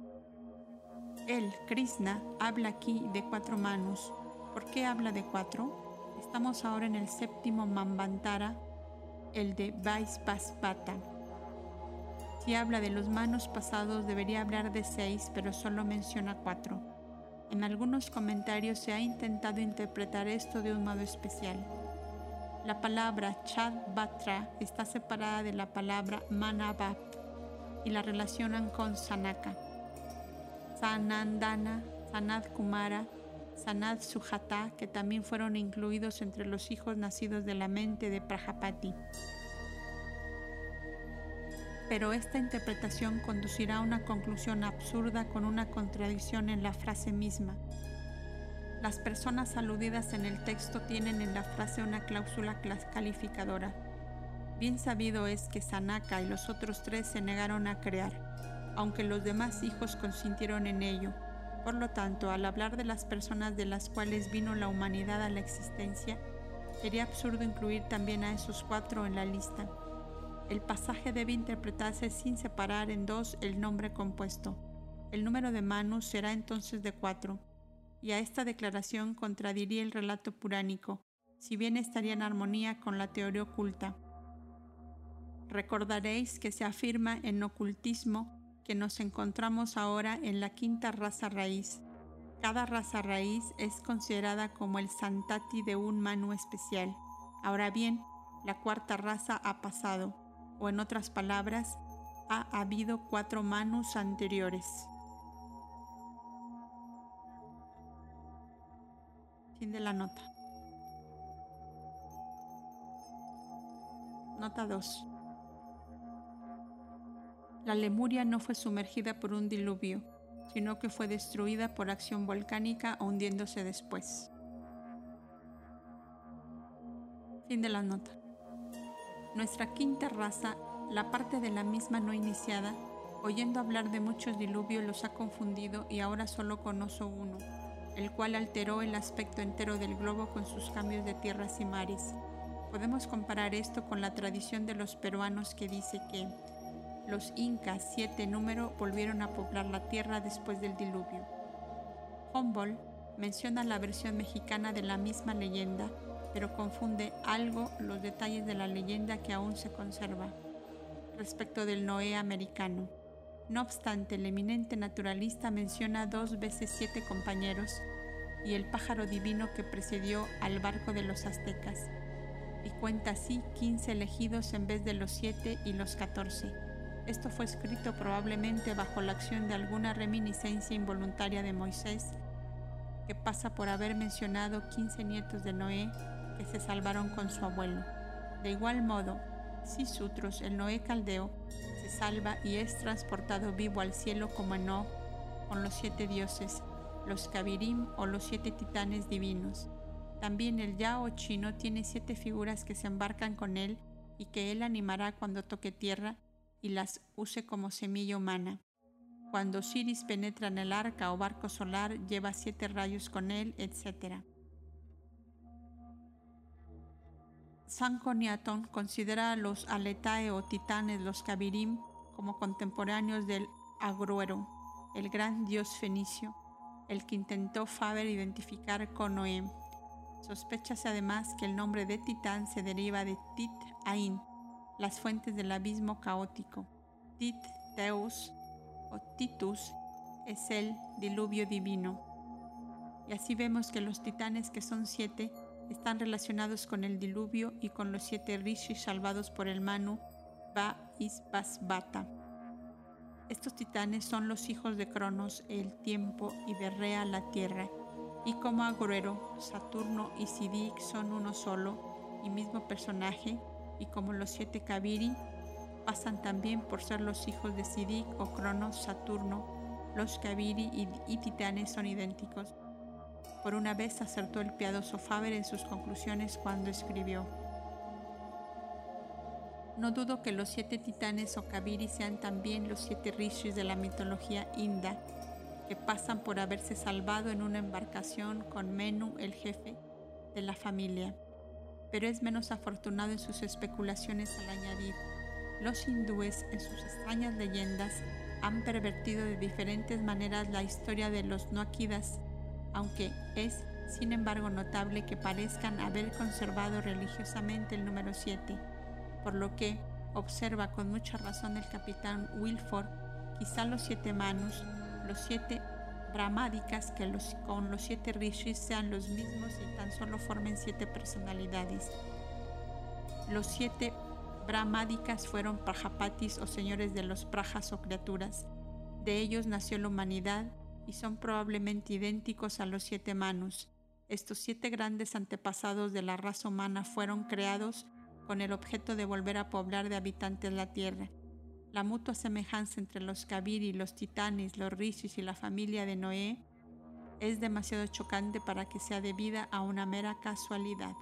habla aquí de 4 manus. ¿Por qué habla de 4? Estamos ahora en el 7º Manvantara, el de Vaisvasvata. Si habla de los manus pasados debería hablar de 6, pero solo menciona 4. En algunos comentarios se ha intentado interpretar esto de un modo especial. La palabra Chadvatra está separada de la palabra Manabhat y la relacionan con Sanaka, Sanandana, Sanat Kumara, Sanat Sujata, que también fueron incluidos entre los hijos nacidos de la mente de Prajapati. Pero esta interpretación conducirá a una conclusión absurda con una contradicción en la frase misma. Las personas aludidas en el texto tienen en la frase una cláusula calificadora. Bien sabido es que Sanaka y los otros 3 se negaron a crear, aunque los demás hijos consintieron en ello. Por lo tanto, al hablar de las personas de las cuales vino la humanidad a la existencia, sería absurdo incluir también a esos 4 en la lista. El pasaje debe interpretarse sin separar en 2 el nombre compuesto. El número de manus será entonces de 4. Y a esta declaración contradiría el relato puránico, si bien estaría en armonía con la teoría oculta. Recordaréis que se afirma en ocultismo que nos encontramos ahora en la 5ª raza raíz. Cada raza raíz es considerada como el santati de un manu especial. Ahora bien, la 4ª raza ha pasado, o en otras palabras, ha habido 4 manus anteriores. Fin de la nota. Nota 2. La Lemuria no fue sumergida por un diluvio, sino que fue destruida por acción volcánica hundiéndose después. Fin de la nota. Nuestra 5ª raza, la parte de la misma no iniciada, oyendo hablar de muchos diluvios los ha confundido y ahora solo conoce uno, el cual alteró el aspecto entero del globo con sus cambios de tierras y mares. Podemos comparar esto con la tradición de los peruanos que dice que los incas, 7 en número, volvieron a poblar la tierra después del diluvio. Humboldt menciona la versión mexicana de la misma leyenda, pero confunde algo los detalles de la leyenda que aún se conserva respecto del Noé americano. No obstante, el eminente naturalista menciona 2 veces 7 compañeros y el pájaro divino que precedió al barco de los aztecas, y cuenta así 15 elegidos en vez de los 7 y los 14. Esto fue escrito probablemente bajo la acción de alguna reminiscencia involuntaria de Moisés, que pasa por haber mencionado 15 nietos de Noé que se salvaron con su abuelo. De igual modo, Sisutros, el Noé caldeo, se salva y es transportado vivo al cielo como Enoc con los 7 dioses, los Kabirim o los 7 titanes divinos. También el Yao chino tiene 7 figuras que se embarcan con él y que él animará cuando toque tierra y las use como semilla humana. Cuando Osiris penetra en el arca o barco solar, lleva 7 rayos con él, etc. Sancho Newton considera a los Aletae o titanes, los Kabirim, como contemporáneos del Agruero, el gran dios fenicio, el que intentó Faber identificar con Noé. Sospéchase además que el nombre de titán se deriva de Tit Ain, las fuentes del abismo caótico. Tit, Teus o Titus es el diluvio divino. Y así vemos que los titanes, que son 7, están relacionados con el diluvio y con los 7 rishis salvados por el Manu Ba-Is-Bas-Bata. Estos titanes son los hijos de Cronos, el tiempo, y de Rea, la tierra. Y como Agorero, Saturno y Sidik son uno solo y mismo personaje, y como los 7 Kabiri pasan también por ser los hijos de Sidik o Cronos, Saturno, los Kabiri y titanes son idénticos. Por una vez acertó el piadoso Faber en sus conclusiones cuando escribió: no dudo que los 7 titanes o Kabiri sean también los 7 rishis de la mitología inda, que pasan por haberse salvado en una embarcación con Menu, el jefe de la familia. Pero es menos afortunado en sus especulaciones al añadir: los hindúes, en sus extrañas leyendas, han pervertido de diferentes maneras la historia de los Noakidas, aunque es, sin embargo, notable que parezcan haber conservado religiosamente el número 7, por lo que, observa con mucha razón el capitán Wilford, quizá los 7 Manus, los 7 Brahmadikas, que con los 7 rishis sean los mismos y tan solo formen 7 personalidades. Los 7 Brahmadikas fueron Prajapatis o señores de los Prajas o criaturas. De ellos nació la humanidad y son probablemente idénticos a los 7 Manus. Estos 7 grandes antepasados de la raza humana fueron creados con el objeto de volver a poblar de habitantes la tierra. La mutua semejanza entre los Kabiri, los titanes, los rishis y la familia de Noé es demasiado chocante para que sea debida a una mera casualidad.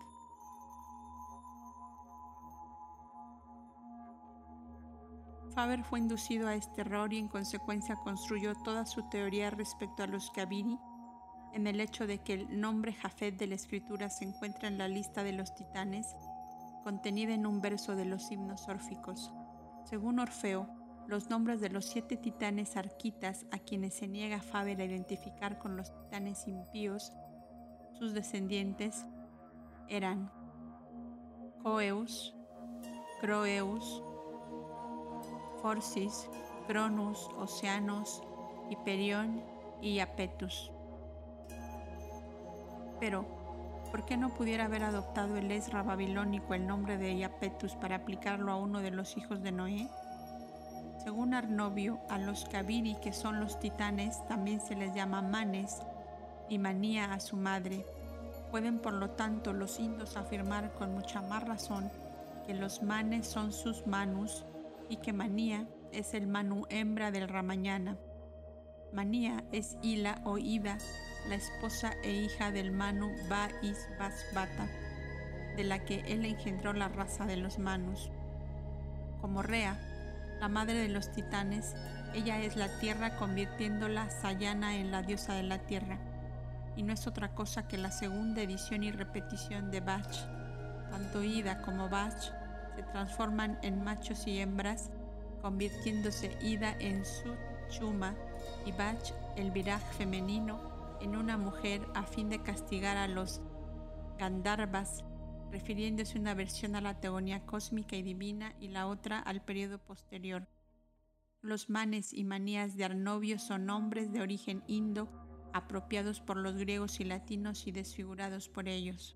Faber fue inducido a este error y en consecuencia construyó toda su teoría respecto a los Kabiri en el hecho de que el nombre Jafet de la escritura se encuentra en la lista de los titanes contenida en un verso de los himnos órficos. Según Orfeo, los nombres de los 7 titanes arquitas a quienes se niega Faber a identificar con los titanes impíos, sus descendientes, eran Coeus, Croeus, Forcis, Cronus, Oceanos, Hiperión y Iapetus. Pero, ¿por qué no pudiera haber adoptado el Ezra babilónico el nombre de Iapetus para aplicarlo a uno de los hijos de Noé? Según Arnovio, a los Kabiri, que son los titanes, también se les llama Manes, y Manía a su madre. Pueden por lo tanto los indos afirmar con mucha más razón que los Manes son sus Manus y que Manía es el Manu hembra del Ramayana. Manía es Ila o Ida, la esposa e hija del Manu Ba-Is-Bas-Bata, de la que él engendró la raza de los Manus. Como Rea, la madre de los titanes, ella es la tierra, convirtiéndola Sayana en la diosa de la tierra, y no es otra cosa que la segunda edición y repetición de Bach. Tanto Ida como Bach se transforman en machos y hembras, convirtiéndose Ida en Sut Chuma y Bach, el Viraj femenino, en una mujer a fin de castigar a los Gandharvas, refiriéndose una versión a la teogonía cósmica y divina y la otra al periodo posterior. Los Manes y Manías de Arnovio son nombres de origen indo, apropiados por los griegos y latinos y desfigurados por ellos.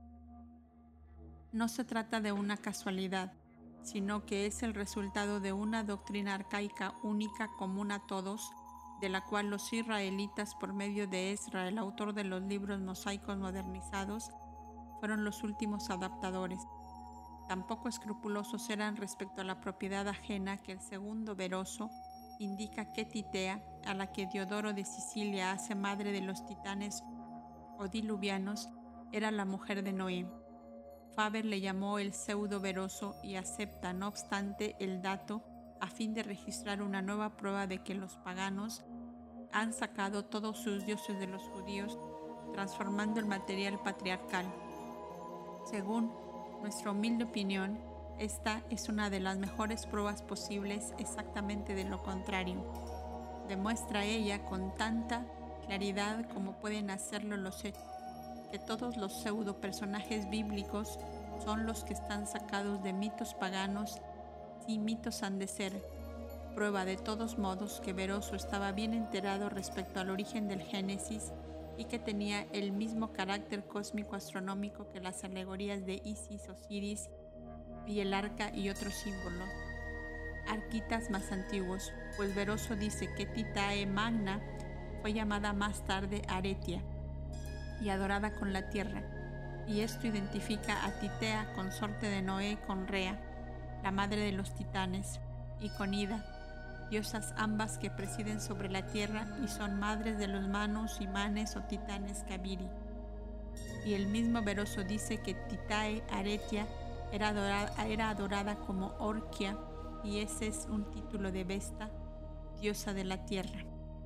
No se trata de una casualidad, sino que es el resultado de una doctrina arcaica única común a todos, de la cual los israelitas, por medio de Ezra, el autor de los libros mosaicos modernizados, fueron los últimos adaptadores. Tampoco escrupulosos eran respecto a la propiedad ajena que el segundo Beroso indica que Titea, a la que Diodoro de Sicilia hace madre de los titanes o diluvianos, era la mujer de Noé. Faber le llamó el pseudo Beroso y acepta, no obstante, el dato a fin de registrar una nueva prueba de que los paganos han sacado todos sus dioses de los judíos, transformando el material patriarcal. Según nuestra humilde opinión, esta es una de las mejores pruebas posibles exactamente de lo contrario. Demuestra ella con tanta claridad como pueden hacerlo los hechos, que todos los pseudo personajes bíblicos son los que están sacados de mitos paganos Sí, mitos han de ser. Prueba de todos modos que Beroso estaba bien enterado respecto al origen del Génesis y que tenía el mismo carácter cósmico astronómico que las alegorías de Isis, Osiris y el arca y otros símbolos arquitas más antiguos, pues Beroso dice que Titae Magna fue llamada más tarde Aretia y adorada con la tierra, y esto identifica a Titea, consorte de Noé, con Rea, la madre de los titanes, y con Ida, diosas ambas que presiden sobre la tierra y son madres de los Manus y Manes o titanes Kabiri. Y el mismo Beroso dice que Titae Aretia era adorada como Orquia, y ese es un título de Vesta, diosa de la tierra.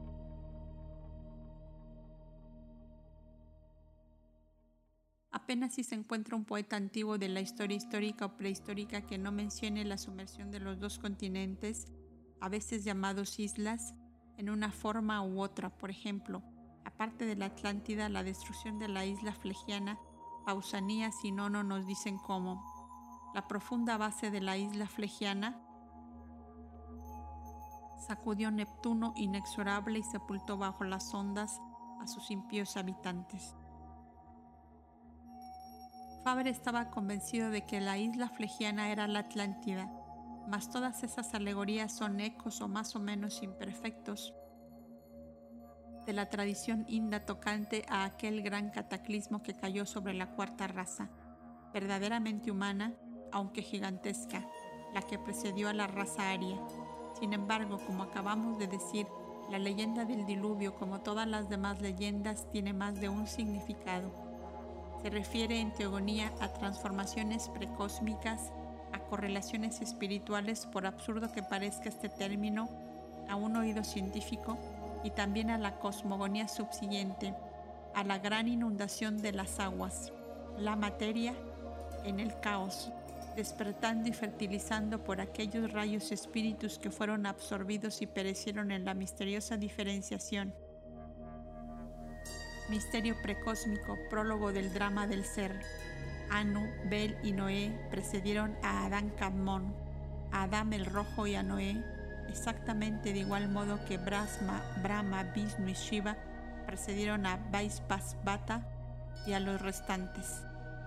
Apenas si se encuentra un poeta antiguo de la historia histórica o prehistórica que no mencione la sumersión de los dos continentes, a veces llamados islas, en una forma u otra. Por ejemplo, aparte de la Atlántida, la destrucción de la isla Flegiana, Pausanias y Nono nos dicen cómo la profunda base de la isla Flegiana sacudió Neptuno inexorable y sepultó bajo las ondas a sus impíos habitantes. Faber estaba convencido de que la isla Flegiana era la Atlántida, mas todas esas alegorías son ecos o más o menos imperfectos de la tradición inda tocante a aquel gran cataclismo que cayó sobre la cuarta raza, verdaderamente humana, aunque gigantesca, la que precedió a la raza aria. Sin embargo, como acabamos de decir, la leyenda del diluvio, como todas las demás leyendas, tiene más de un significado. Se refiere en teogonía a transformaciones precósmicas, a correlaciones espirituales, por absurdo que parezca este término a un oído científico, y también a la cosmogonía subsiguiente, a la gran inundación de las aguas, la materia en el caos, despertando y fertilizando por aquellos rayos espíritus que fueron absorbidos y perecieron en la misteriosa diferenciación. Misterio precósmico, prólogo del drama del ser. Anu, Bel y Noé precedieron a Adán Kadmon, a Adán el Rojo y a Noé, exactamente de igual modo que Brahma, Vishnu y Shiva precedieron a Vaispasvata y a los restantes.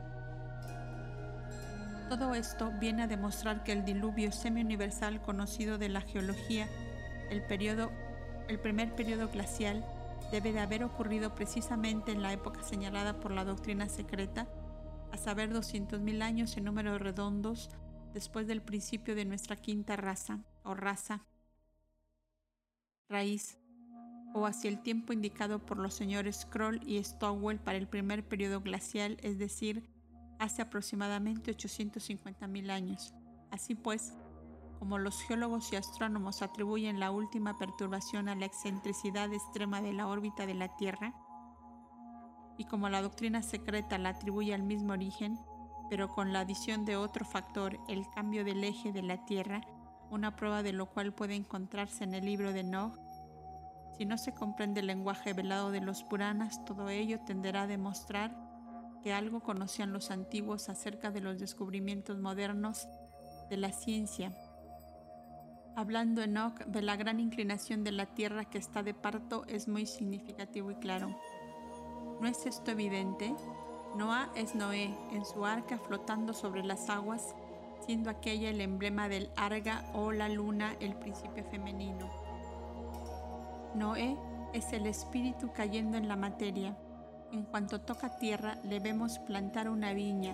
Todo esto viene a demostrar que el diluvio semi-universal conocido de la geología, el primer periodo glacial, debe de haber ocurrido precisamente en la época señalada por la doctrina secreta, a saber 200.000 años en números redondos después del principio de nuestra quinta raza, o raza raíz, o hacia el tiempo indicado por los señores Kroll y Stowell para el primer periodo glacial, es decir, hace aproximadamente 850.000 años. Así pues, como los geólogos y astrónomos atribuyen la última perturbación a la excentricidad extrema de la órbita de la Tierra, y como la doctrina secreta la atribuye al mismo origen, pero con la adición de otro factor, el cambio del eje de la Tierra, una prueba de lo cual puede encontrarse en el libro de Enoch, si no se comprende el lenguaje velado de los Puranas, todo ello tenderá a demostrar que algo conocían los antiguos acerca de los descubrimientos modernos de la ciencia. Hablando Enoch de la gran inclinación de la Tierra que está de parto, es muy significativo y claro. ¿No es esto evidente? Noah es Noé, en su arca flotando sobre las aguas, siendo aquella el emblema del Arga o la luna, el principio femenino. Noé es el espíritu cayendo en la materia. En cuanto toca tierra, le vemos plantar una viña,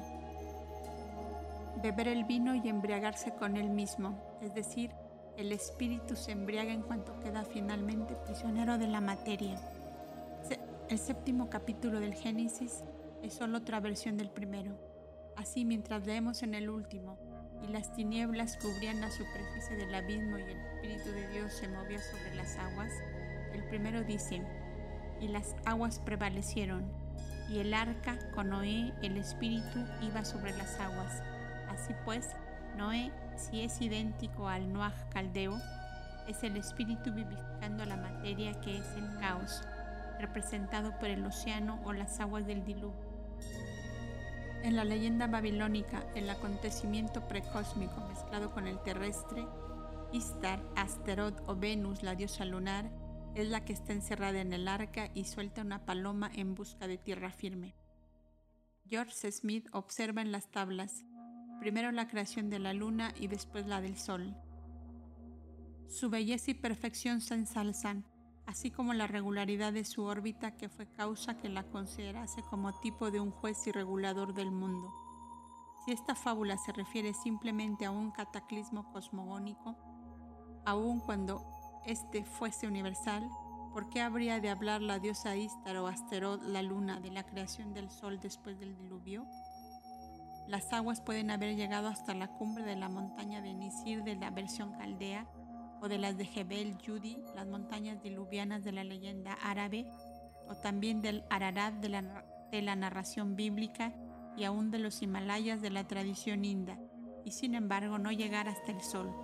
beber el vino y embriagarse con él mismo, es decir, el espíritu se embriaga en cuanto queda finalmente prisionero de la materia. El séptimo capítulo del Génesis es solo otra versión del primero. Así, mientras leemos en el último, y las tinieblas cubrían la superficie del abismo y el Espíritu de Dios se movía sobre las aguas, el primero dice: y las aguas prevalecieron, y el arca con Noé, el Espíritu, iba sobre las aguas. Así pues, Noé, si es idéntico al Noaj caldeo, es el Espíritu vivificando la materia que es el caos, representado por el océano o las aguas del diluvio. En la leyenda babilónica, el acontecimiento precósmico mezclado con el terrestre, Istar, Asteroth o Venus, la diosa lunar, es la que está encerrada en el arca y suelta una paloma en busca de tierra firme. George Smith observa en las tablas, primero la creación de la luna y después la del sol. Su belleza y perfección se ensalzan, así como la regularidad de su órbita, que fue causa que la considerase como tipo de un juez y regulador del mundo. Si esta fábula se refiere simplemente a un cataclismo cosmogónico, aun cuando éste fuese universal, ¿por qué habría de hablar la diosa Istar o Asteroth, la luna, de la creación del sol después del diluvio? Las aguas pueden haber llegado hasta la cumbre de la montaña de Nisir de la versión caldea, o de las de Jebel Yudi, las montañas diluvianas de la leyenda árabe, o también del Ararat de la narración bíblica, y aún de los Himalayas de la tradición india, y sin embargo no llegar hasta el sol.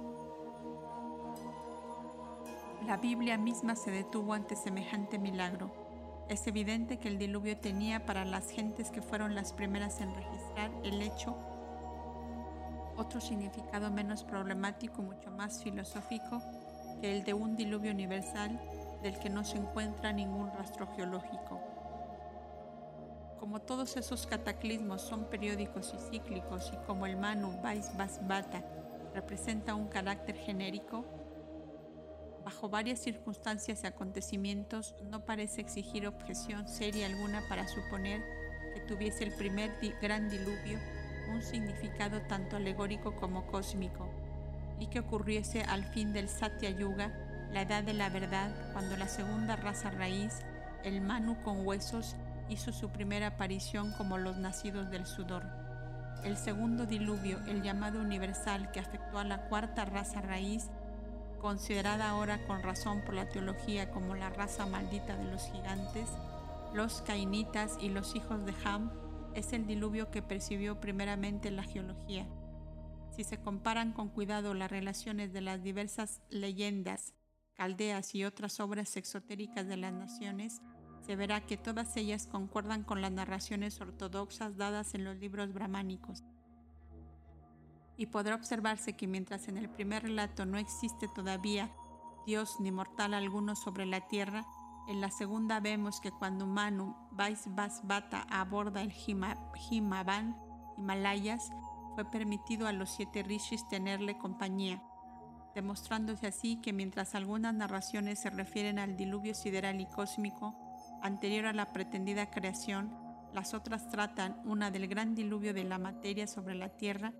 La Biblia misma se detuvo ante semejante milagro. Es evidente que el diluvio tenía para las gentes que fueron las primeras en registrar el hecho otro significado menos problemático y mucho más filosófico que el de un diluvio universal del que no se encuentra ningún rastro geológico. Como todos esos cataclismos son periódicos y cíclicos, y como el Manu Vaisvasvata representa un carácter genérico, bajo varias circunstancias y acontecimientos no parece exigir objeción seria alguna para suponer que tuviese el primer gran diluvio un significado tanto alegórico como cósmico, y que ocurriese al fin del Satya Yuga, la edad de la verdad, cuando la segunda raza raíz, el Manu con huesos, hizo su primera aparición como los nacidos del sudor. El segundo diluvio, el llamado universal, que afectó a la cuarta raza raíz, considerada ahora con razón por la teología como la raza maldita de los gigantes, los cainitas y los hijos de Ham, es el diluvio que percibió primeramente la geología. Si se comparan con cuidado las relaciones de las diversas leyendas caldeas y otras obras exotéricas de las naciones, se verá que todas ellas concuerdan con las narraciones ortodoxas dadas en los libros brahmánicos. Y podrá observarse que mientras en el primer relato no existe todavía Dios ni mortal alguno sobre la tierra, en la segunda vemos que cuando Manu Vaisvasvata aborda el Himalayas, fue permitido a los 7 rishis tenerle compañía, demostrándose así que mientras algunas narraciones se refieren al diluvio sideral y cósmico anterior a la pretendida creación, las otras tratan una del gran diluvio de la materia sobre la tierra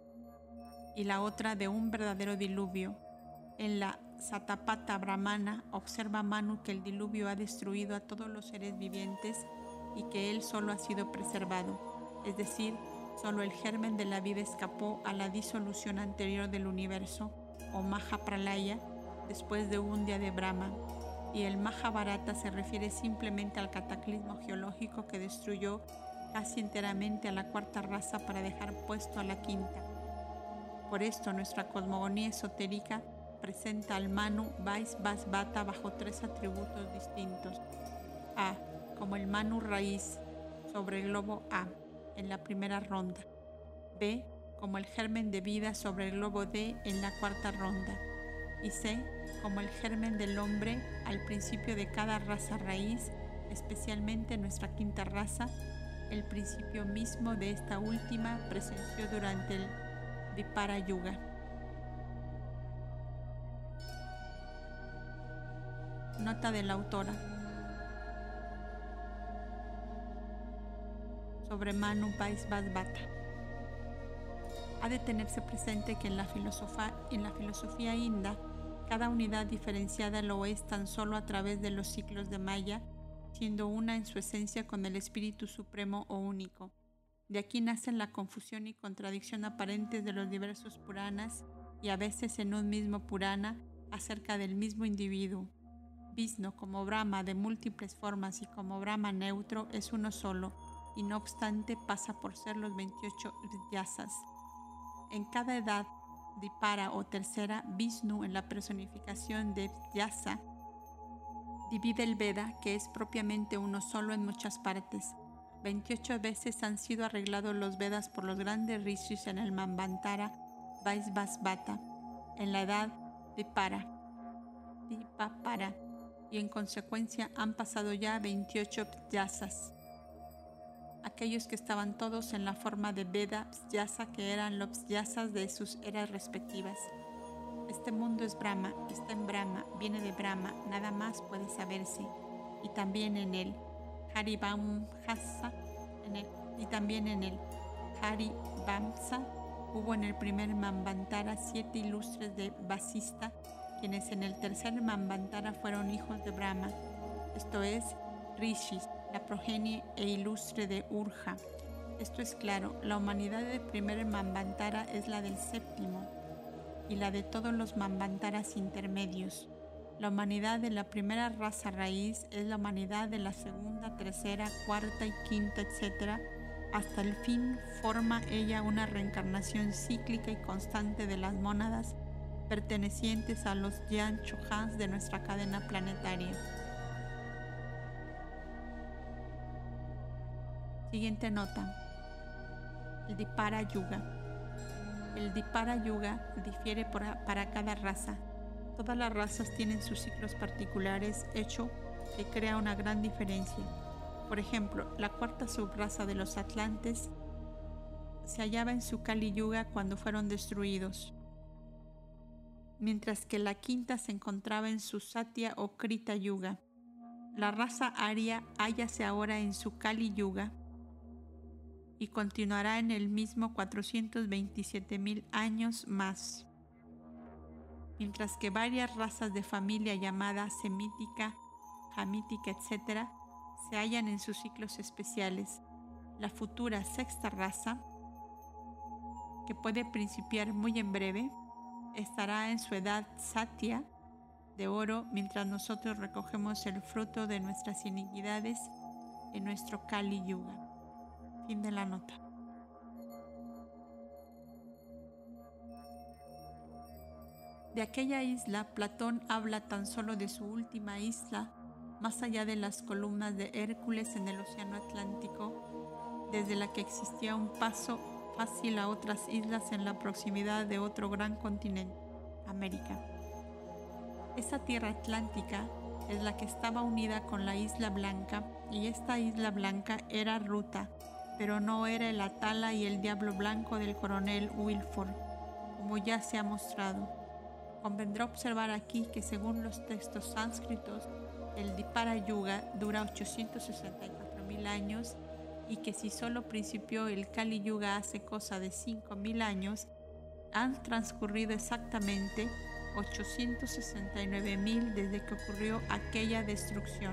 y la otra de un verdadero diluvio. En la Satapatha Brahmana observa Manu que el diluvio ha destruido a todos los seres vivientes y que él solo ha sido preservado, es decir, solo el germen de la vida escapó a la disolución anterior del universo, o Mahapralaya, después de un día de Brahma, y el Mahabharata se refiere simplemente al cataclismo geológico que destruyó casi enteramente a la cuarta raza para dejar puesto a la quinta. Por esto nuestra cosmogonía esotérica presenta al Manu Vaisvasvata bajo 3 atributos distintos. A, como el Manu raíz sobre el globo A en la primera ronda. B, como el germen de vida sobre el globo D en la cuarta ronda. Y C, como el germen del hombre al principio de cada raza raíz, especialmente nuestra quinta raza, el principio mismo de esta última presenció durante el Dipara Yuga. Nota de la autora sobre Manu Vaisvasvata. Ha de tenerse presente que en la filosofía india, cada unidad diferenciada lo es tan solo a través de los ciclos de Maya, siendo una en su esencia con el Espíritu Supremo o único. De aquí nacen la confusión y contradicción aparentes de los diversos Puranas y a veces en un mismo Purana acerca del mismo individuo. Vishnu, como Brahma de múltiples formas y como Brahma neutro, es uno solo, y no obstante pasa por ser los 28 Vyasas. En cada edad Dipara o tercera, Vishnu, en la personificación de Vyasa, divide el Veda, que es propiamente uno solo, en muchas partes. 28 veces han sido arreglados los Vedas por los grandes rishis en el Manvantara Vaisvasvata, en la edad de Dipapara, y en consecuencia han pasado ya 28 Vyasas. Aquellos que estaban todos en la forma de Veda Vyasa, que eran los Vyasas de sus eras respectivas. Este mundo es Brahma, está en Brahma, viene de Brahma, nada más puede saberse. Y también en el Harivamsa, y también en el Harivamsa hubo en el primer Manvantara 7 ilustres de Vasista, quienes en el tercer Manvantara fueron hijos de Brahma, esto es, Rishis, la progenie e ilustre de Urja. Esto es claro, la humanidad del primer Manvantara es la del séptimo y la de todos los Manvantaras intermedios. La humanidad de la primera raza raíz es la humanidad de la segunda, tercera, cuarta y quinta, etc. Hasta el fin forma ella una reencarnación cíclica y constante de las mónadas pertenecientes a los Yan Chohans de nuestra cadena planetaria. Siguiente nota. El Dipara Yuga. El Dipara Yuga difiere para cada raza. Todas las razas tienen sus ciclos particulares, hecho que crea una gran diferencia. Por ejemplo, la cuarta subraza de los Atlantes se hallaba en su Kali Yuga cuando fueron destruidos, mientras que la quinta se encontraba en su Satya o Krita Yuga. La raza aria hállase ahora en su Kali Yuga y continuará en el mismo 427,000 años más, mientras que varias razas de familia llamada semítica, jamítica, etc., se hallan en sus ciclos especiales. La futura sexta raza, que puede principiar muy en breve, estará en su edad Satya de oro, mientras nosotros recogemos el fruto de nuestras iniquidades en nuestro Kali Yuga. Fin de la nota. De aquella isla, Platón habla tan solo de su última isla, más allá de las columnas de Hércules en el Océano Atlántico, desde la que existía un paso fácil a otras islas en la proximidad de otro gran continente, América. Esa tierra atlántica es la que estaba unida con la Isla Blanca, y esta Isla Blanca era Ruta, pero no era el Atala y el Diablo Blanco del coronel Wilford, como ya se ha mostrado. Convendrá observar aquí que según los textos sánscritos, el Dipara Yuga dura 864,000 años y que si solo principió el Kali Yuga hace cosa de 5,000 años, han transcurrido exactamente 869,000 desde que ocurrió aquella destrucción.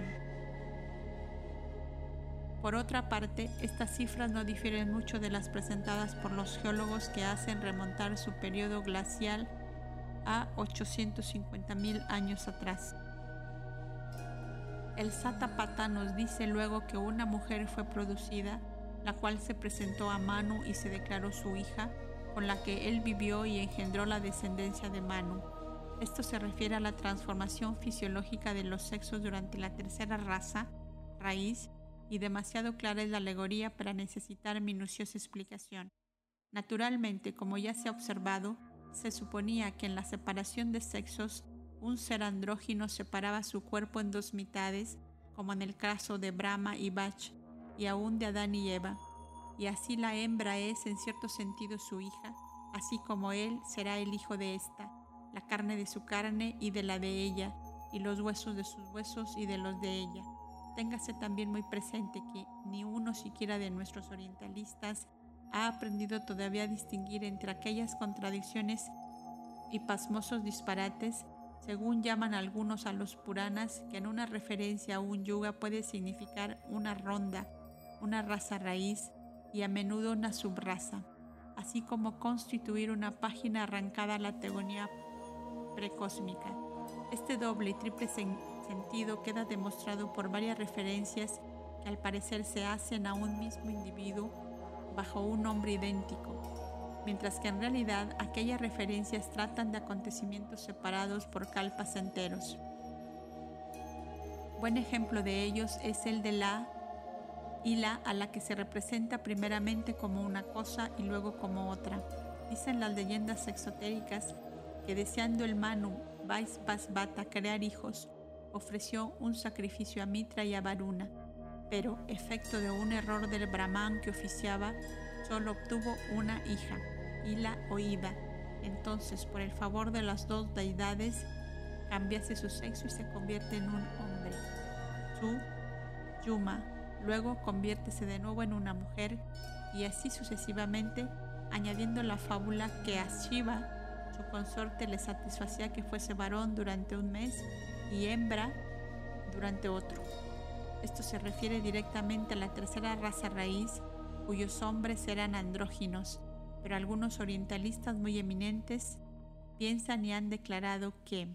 Por otra parte, estas cifras no difieren mucho de las presentadas por los geólogos, que hacen remontar su periodo glacial a 850,000 años atrás. El Satapatha nos dice luego que una mujer fue producida, la cual se presentó a Manu y se declaró su hija, con la que él vivió y engendró la descendencia de Manu. Esto se refiere a la transformación fisiológica de los sexos durante la tercera raza, raíz, y demasiado clara es la alegoría para necesitar minuciosa explicación. Naturalmente, como ya se ha observado, se suponía que en la separación de sexos, un ser andrógino separaba su cuerpo en dos mitades, como en el caso de Brahma y Vach, y aún de Adán y Eva, y así la hembra es en cierto sentido su hija, así como él será el hijo de ésta, la carne de su carne y de la de ella, y los huesos de sus huesos y de los de ella. Téngase también muy presente que ni uno siquiera de nuestros orientalistas ha aprendido todavía a distinguir entre aquellas contradicciones y pasmosos disparates, según llaman algunos a los Puranas, que en una referencia a un yuga puede significar una ronda, una raza raíz y a menudo una subraza, así como constituir una página arrancada a la teogonía precósmica. Este doble y triple sentido queda demostrado por varias referencias que al parecer se hacen a un mismo individuo bajo un nombre idéntico, mientras que en realidad aquellas referencias tratan de acontecimientos separados por kalpas enteros. Buen ejemplo de ellos es el de la Hila, a la que se representa primeramente como una cosa y luego como otra. Dicen las leyendas exotéricas que deseando el Manu Vaisvasvata crear hijos, ofreció un sacrificio a Mitra y a Varuna, pero, efecto de un error del Brahman que oficiaba, solo obtuvo una hija, Hila o Ida. Entonces, por el favor de las dos deidades, cambiase su sexo y se convierte en un hombre, Su Yuma. Luego conviértese de nuevo en una mujer y así sucesivamente, añadiendo la fábula que a Shiva, su consorte, le satisfacía que fuese varón durante un mes y hembra durante otro. Esto se refiere directamente a la tercera raza raíz, cuyos hombres eran andróginos, pero algunos orientalistas muy eminentes piensan y han declarado que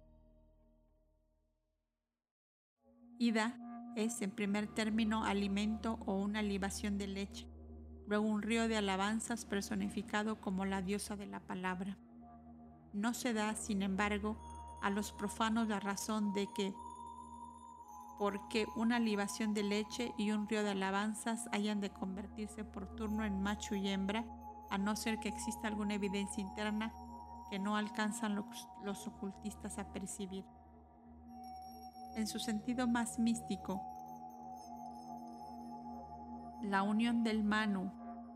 Ida es, en primer término, alimento o una libación de leche, luego un río de alabanzas personificado como la diosa de la palabra. No se da, sin embargo, a los profanos la razón de que porque una libación de leche y un río de alabanzas hayan de convertirse por turno en macho y hembra, a no ser que exista alguna evidencia interna que no alcanzan los ocultistas a percibir. En su sentido más místico, la unión del Manu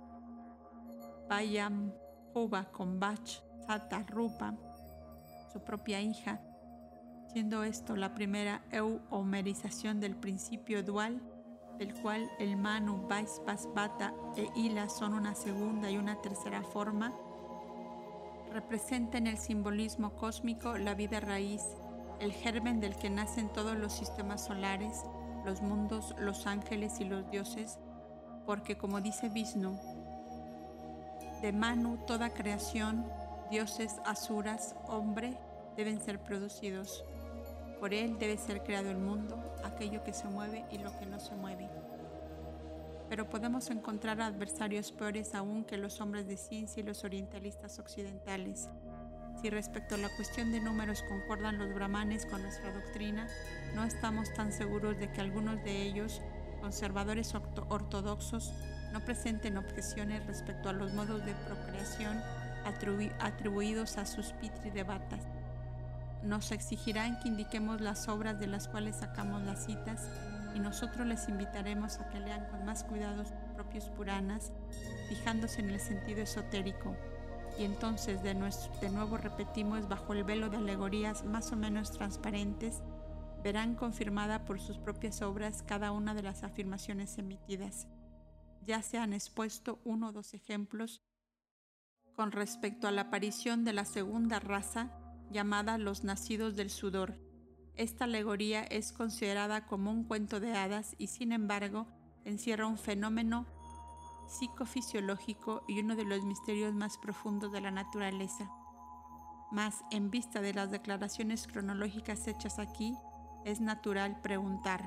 Vayambhuva con Vach Sata Rupa, su propia hija, siendo esto la primera euhomerización del principio dual, del cual el Manu, Vaisvasvata e Hila son una segunda y una tercera forma, representa en el simbolismo cósmico la vida raíz, el germen del que nacen todos los sistemas solares, los mundos, los ángeles y los dioses, porque como dice Vishnu, de Manu toda creación, dioses, asuras, hombre, deben ser producidos. Por él debe ser creado el mundo, aquello que se mueve y lo que no se mueve. Pero podemos encontrar adversarios peores aún que los hombres de ciencia y los orientalistas occidentales. Si respecto a la cuestión de números concuerdan los brahmanes con nuestra doctrina, no estamos tan seguros de que algunos de ellos, conservadores ortodoxos, no presenten objeciones respecto a los modos de procreación atribuidos a sus Pitri Devatas. Nos exigirán que indiquemos las obras de las cuales sacamos las citas y nosotros les invitaremos a que lean con más cuidado sus propios Puranas, fijándose en el sentido esotérico. Y entonces de nuevo repetimos, bajo el velo de alegorías más o menos transparentes, verán confirmada por sus propias obras cada una de las afirmaciones emitidas. Ya se han expuesto 1 o 2 ejemplos con respecto a la aparición de la segunda raza llamada los nacidos del sudor. Esta alegoría es considerada como un cuento de hadas y sin embargo encierra un fenómeno psicofisiológico y uno de los misterios más profundos de la naturaleza. Mas, en vista de las declaraciones cronológicas hechas aquí, es natural preguntar: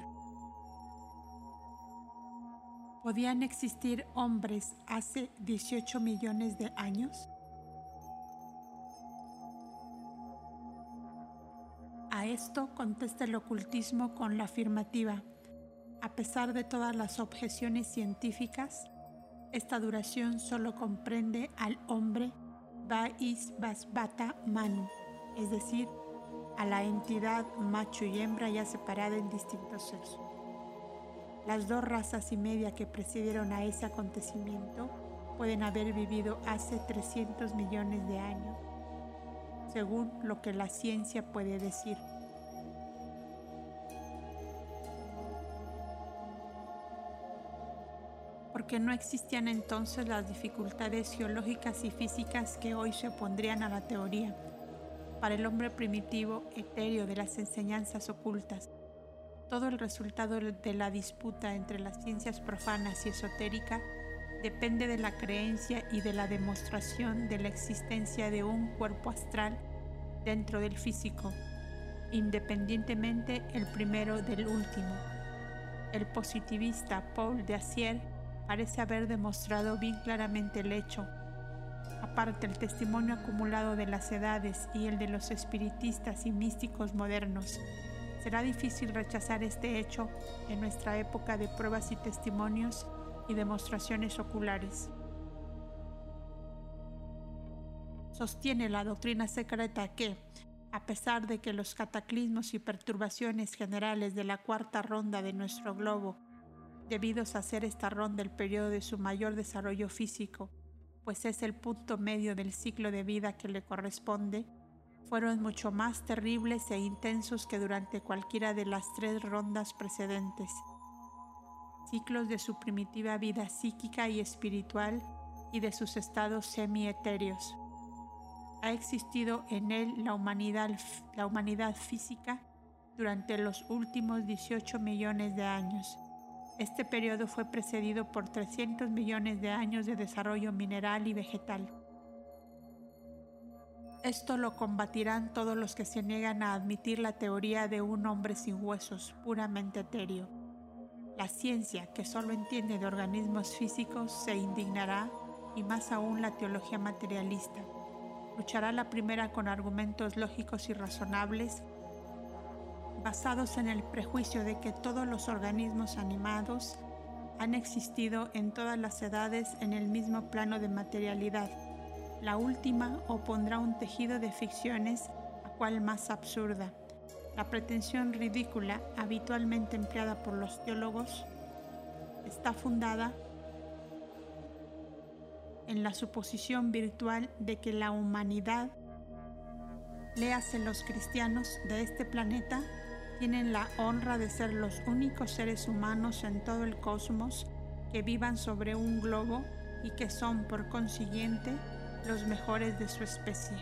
¿podían existir hombres hace 18 millones de años? A esto contesta el ocultismo con la afirmativa: a pesar de todas las objeciones científicas, esta duración solo comprende al hombre Vaisvasvata Manu, es decir, a la entidad macho y hembra ya separada en distintos sexos. Las 2 razas y media que precedieron a ese acontecimiento pueden haber vivido hace 300 millones de años, según lo que la ciencia puede decir. Porque no existían entonces las dificultades geológicas y físicas que hoy se opondrían a la teoría. Para el hombre primitivo, etéreo de las enseñanzas ocultas, todo el resultado de la disputa entre las ciencias profanas y esotérica depende de la creencia y de la demostración de la existencia de un cuerpo astral dentro del físico, independientemente el primero del último. El positivista Paul Dacier parece haber demostrado bien claramente el hecho. Aparte, el testimonio acumulado de las edades y el de los espiritistas y místicos modernos Será difícil rechazar este hecho en nuestra época de pruebas y testimonios y demostraciones oculares. Sostiene la doctrina secreta que, a pesar de que los cataclismos y perturbaciones generales de la cuarta ronda de nuestro globo, debidos a ser esta ronda el periodo de su mayor desarrollo físico, pues es el punto medio del ciclo de vida que le corresponde, fueron mucho más terribles e intensos que durante cualquiera de las 3 rondas precedentes. Ciclos de su primitiva vida psíquica y espiritual y de sus estados semi-etéreos. Ha existido en él la humanidad física durante los últimos 18 millones de años. Este periodo fue precedido por 300 millones de años de desarrollo mineral y vegetal. Esto lo combatirán todos los que se niegan a admitir la teoría de un hombre sin huesos, puramente etéreo. La ciencia, que solo entiende de organismos físicos, se indignará, y más aún la teología materialista. Luchará la primera con argumentos lógicos y razonables, basados en el prejuicio de que todos los organismos animados han existido en todas las edades en el mismo plano de materialidad. La última opondrá un tejido de ficciones, a cual más absurda. La pretensión ridícula habitualmente empleada por los teólogos está fundada en la suposición virtual de que la humanidad, léase los cristianos de este planeta, tienen la honra de ser los únicos seres humanos en todo el cosmos que vivan sobre un globo y que son, por consiguiente, los mejores de su especie.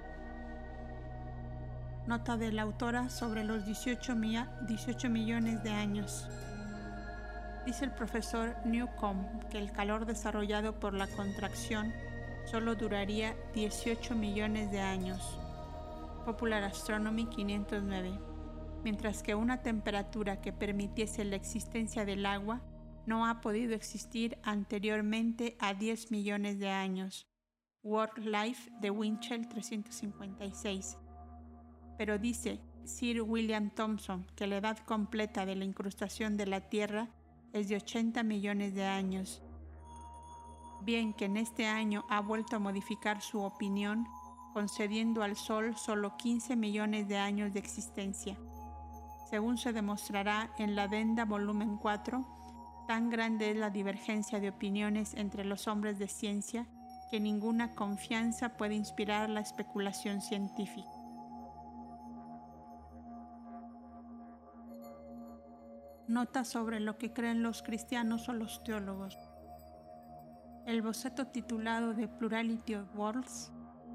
Nota de la autora sobre los 18 millones de años. Dice el profesor Newcomb que el calor desarrollado por la contracción solo duraría 18 millones de años. Popular Astronomy 509. Mientras que una temperatura que permitiese la existencia del agua no ha podido existir anteriormente a 10 millones de años. World Life de Winchell 356. Pero dice Sir William Thomson que la edad completa de la incrustación de la Tierra es de 80 millones de años. Bien que en este año ha vuelto a modificar su opinión, concediendo al Sol solo 15 millones de años de existencia. Según se demostrará en la Adenda volumen 4, tan grande es la divergencia de opiniones entre los hombres de ciencia que ninguna confianza puede inspirar la especulación científica. Nota sobre lo que creen los cristianos o los teólogos. El boceto titulado The Plurality of Worlds,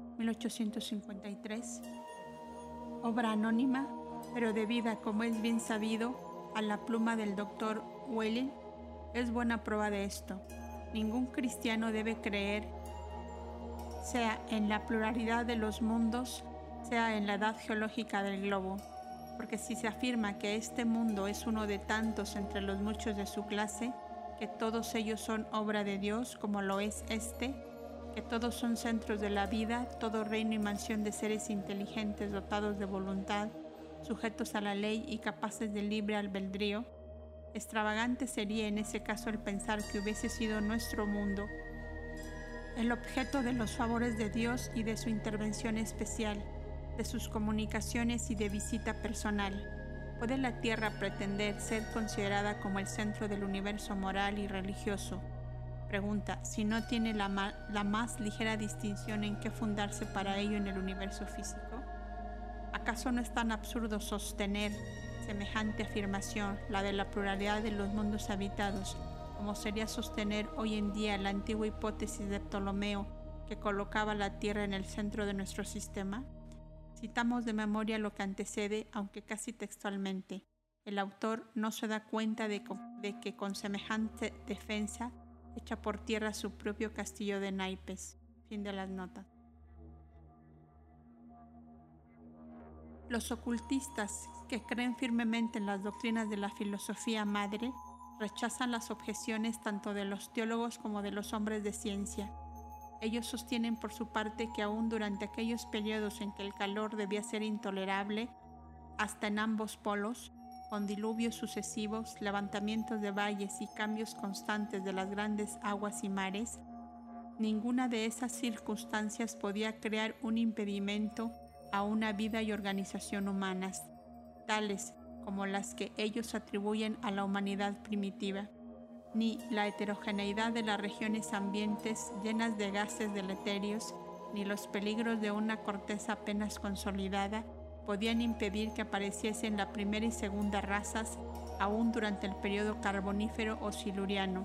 1853, obra anónima, pero debida, como es bien sabido, a la pluma del Dr. Wheeler, es buena prueba de esto. Ningún cristiano debe creer, sea en la pluralidad de los mundos, sea en la edad geológica del globo, porque si se afirma que este mundo es uno de tantos entre los muchos de su clase, que todos ellos son obra de Dios, como lo es este, que todos son centros de la vida, todo reino y mansión de seres inteligentes dotados de voluntad, sujetos a la ley y capaces de libre albedrío, extravagante sería en ese caso el pensar que hubiese sido nuestro mundo el objeto de los favores de Dios y de su intervención especial, de sus comunicaciones y de visita personal. ¿Puede la Tierra pretender ser considerada como el centro del universo moral y religioso? Pregunta, si no tiene la más ligera distinción en qué fundarse para ello en el universo físico. ¿Acaso no es tan absurdo sostener semejante afirmación, la de la pluralidad de los mundos habitados, como sería sostener hoy en día la antigua hipótesis de Ptolomeo que colocaba la Tierra en el centro de nuestro sistema? Citamos de memoria lo que antecede, aunque casi textualmente. El autor no se da cuenta de que con semejante defensa echa por tierra su propio castillo de naipes. Fin de las notas. Los ocultistas, que creen firmemente en las doctrinas de la filosofía madre, rechazan las objeciones tanto de los teólogos como de los hombres de ciencia. Ellos sostienen por su parte que aún durante aquellos periodos en que el calor debía ser intolerable, hasta en ambos polos, con diluvios sucesivos, levantamientos de valles y cambios constantes de las grandes aguas y mares, ninguna de esas circunstancias podía crear un impedimento a una vida y organización humanas, tales como las que ellos atribuyen a la humanidad primitiva, ni la heterogeneidad de las regiones ambientes llenas de gases deleterios, ni los peligros de una corteza apenas consolidada podían impedir que apareciesen la primera y segunda razas aún durante el periodo carbonífero o siluriano.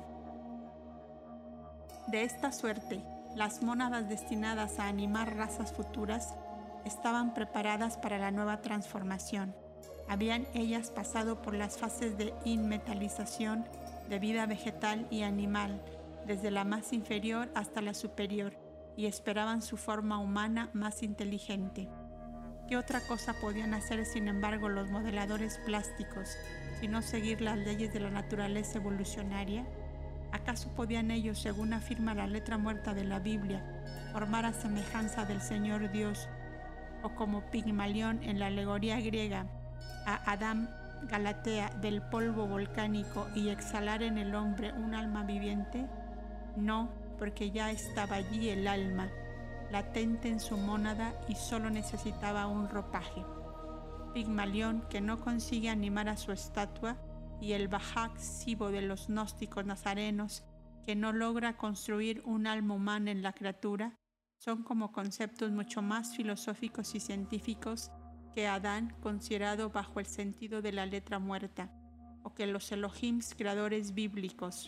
De esta suerte, las mónadas destinadas a animar razas futuras estaban preparadas para la nueva transformación. Habían ellas pasado por las fases de inmetalización de vida vegetal y animal, desde la más inferior hasta la superior, y esperaban su forma humana más inteligente. ¿Qué otra cosa podían hacer, sin embargo, los modeladores plásticos, sino seguir las leyes de la naturaleza evolucionaria? ¿Acaso podían ellos, según afirma la letra muerta de la Biblia, formar a semejanza del Señor Dios, o como Pigmalión en la alegoría griega, a Adán Galatea del polvo volcánico y exhalar en el hombre un alma viviente? No, porque ya estaba allí el alma, latente en su mónada, y solo necesitaba un ropaje. Pigmalión, que no consigue animar a su estatua, y el Bajak Sibo de los gnósticos nazarenos, que no logra construir un alma humana en la criatura, son como conceptos mucho más filosóficos y científicos que Adán, considerado bajo el sentido de la letra muerta, o que los Elohims creadores bíblicos.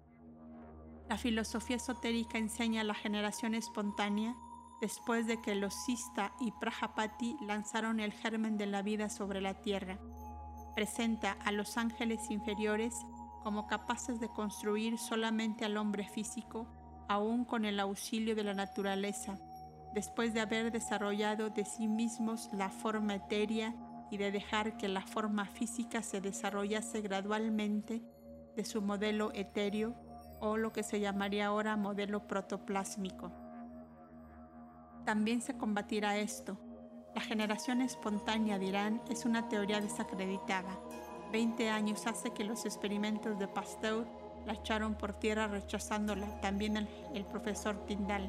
La filosofía esotérica enseña la generación espontánea después de que los Sista y Prajapati lanzaron el germen de la vida sobre la tierra. Presenta a los ángeles inferiores como capaces de construir solamente al hombre físico, aún con el auxilio de la naturaleza, después de haber desarrollado de sí mismos la forma etérea y de dejar que la forma física se desarrollase gradualmente de su modelo etéreo, o lo que se llamaría ahora modelo protoplásmico. También se combatirá esto. La generación espontánea, dirán, es una teoría desacreditada. 20 años hace que los experimentos de Pasteur la echaron por tierra, rechazándola, también el profesor Tyndall.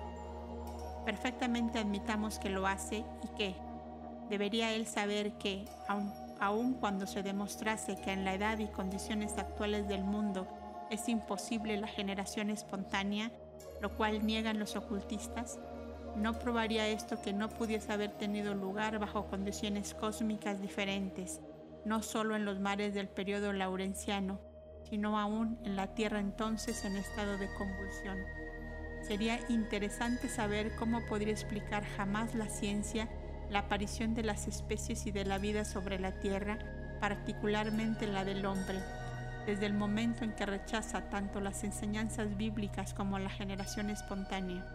Perfectamente admitamos que lo hace, y que debería él saber que, aun cuando se demostrase que en la edad y condiciones actuales del mundo es imposible la generación espontánea, lo cual niegan los ocultistas, no probaría esto que no pudiese haber tenido lugar bajo condiciones cósmicas diferentes, no solo en los mares del periodo laurenciano, sino aún en la Tierra entonces en estado de convulsión. Sería interesante saber cómo podría explicar jamás la ciencia la aparición de las especies y de la vida sobre la Tierra, particularmente la del hombre, desde el momento en que rechaza tanto las enseñanzas bíblicas como la generación espontánea.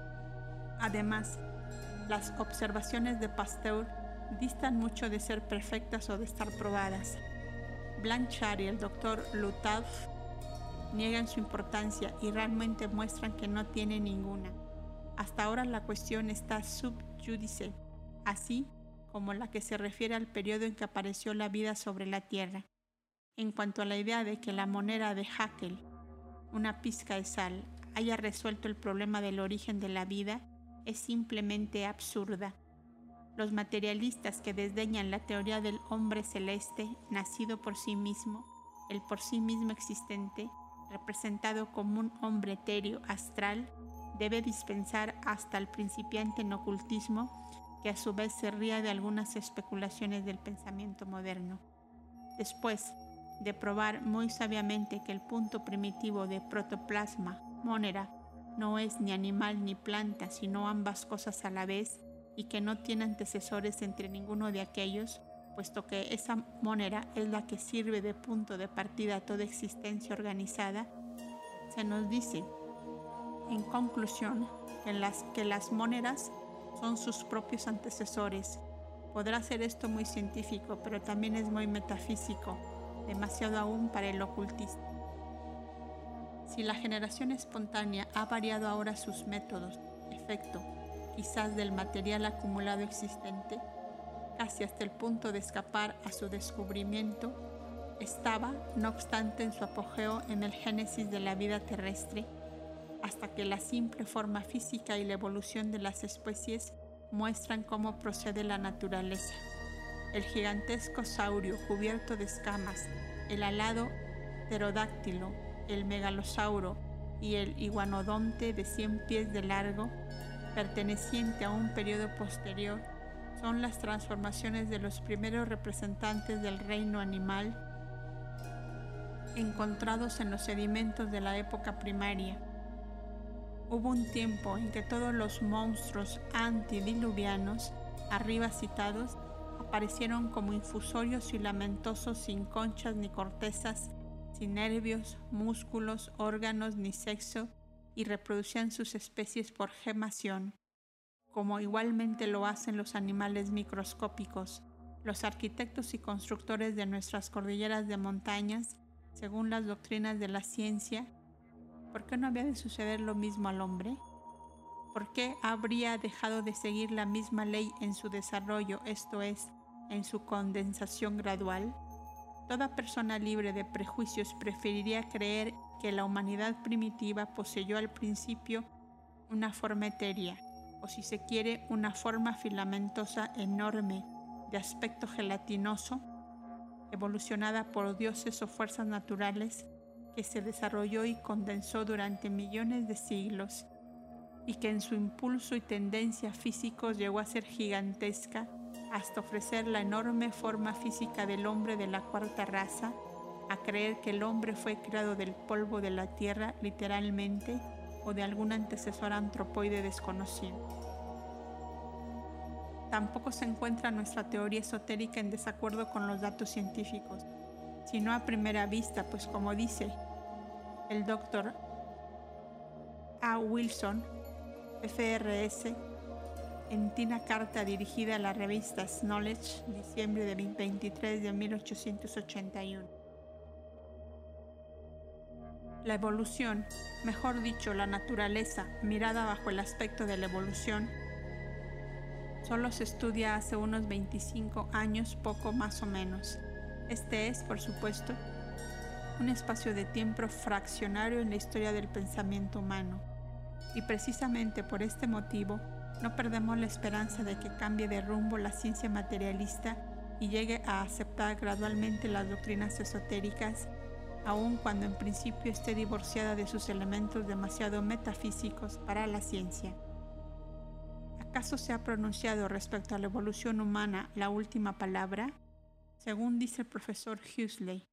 Además, las observaciones de Pasteur distan mucho de ser perfectas o de estar probadas. Blanchard y el Dr. Luttaf niegan su importancia y realmente muestran que no tiene ninguna. Hasta ahora la cuestión está sub judice, así como la que se refiere al periodo en que apareció la vida sobre la Tierra. En cuanto a la idea de que la moneda de Haeckel, una pizca de sal, haya resuelto el problema del origen de la vida, es simplemente absurda. Los materialistas que desdeñan la teoría del hombre celeste, nacido por sí mismo, el por sí mismo existente, representado como un hombre etéreo astral, debe dispensar hasta el principiante en ocultismo, que a su vez se ría de algunas especulaciones del pensamiento moderno. Después de probar muy sabiamente que el punto primitivo de protoplasma, monera, no es ni animal ni planta, sino ambas cosas a la vez, y que no tiene antecesores entre ninguno de aquellos, puesto que esa monera es la que sirve de punto de partida a toda existencia organizada, se nos dice, en conclusión, que las móneras son sus propios antecesores. Podrá ser esto muy científico, pero también es muy metafísico, demasiado aún para el ocultista. Si la generación espontánea ha variado ahora sus métodos, efecto, quizás del material acumulado existente, casi hasta el punto de escapar a su descubrimiento, estaba, no obstante, en su apogeo en el génesis de la vida terrestre, hasta que la simple forma física y la evolución de las especies muestran cómo procede la naturaleza. El gigantesco saurio cubierto de escamas, el alado pterodáctilo, el megalosauro y el iguanodonte de 100 pies de largo, perteneciente a un periodo posterior, son las transformaciones de los primeros representantes del reino animal encontrados en los sedimentos de la época primaria. Hubo un tiempo en que todos los monstruos antediluvianos, arriba citados, aparecieron como infusorios filamentosos sin conchas ni cortezas, sin nervios, músculos, órganos ni sexo, y reproducían sus especies por gemación, como igualmente lo hacen los animales microscópicos, los arquitectos y constructores de nuestras cordilleras de montañas, según las doctrinas de la ciencia. ¿Por qué no había de suceder lo mismo al hombre? ¿Por qué habría dejado de seguir la misma ley en su desarrollo, esto es, en su condensación gradual? Toda persona libre de prejuicios preferiría creer que la humanidad primitiva poseyó al principio una forma etérea, o si se quiere, una forma filamentosa enorme, de aspecto gelatinoso, evolucionada por dioses o fuerzas naturales, que se desarrolló y condensó durante millones de siglos, y que en su impulso y tendencia físicos llegó a ser gigantesca hasta ofrecer la enorme forma física del hombre de la cuarta raza, a creer que el hombre fue creado del polvo de la tierra literalmente o de algún antecesor antropoide desconocido. Tampoco se encuentra nuestra teoría esotérica en desacuerdo con los datos científicos, sino a primera vista, pues como dice el Dr. A. Wilson, FRS, en una carta dirigida a la revista Knowledge, diciembre de 23 de 1881. La evolución, mejor dicho, la naturaleza, mirada bajo el aspecto de la evolución, solo se estudia hace unos 25 años, poco más o menos. Este es, por supuesto, un espacio de tiempo fraccionario en la historia del pensamiento humano, y precisamente por este motivo no perdemos la esperanza de que cambie de rumbo la ciencia materialista y llegue a aceptar gradualmente las doctrinas esotéricas, aun cuando en principio esté divorciada de sus elementos demasiado metafísicos para la ciencia. ¿Acaso se ha pronunciado respecto a la evolución humana la última palabra? Según dice el profesor Huxley,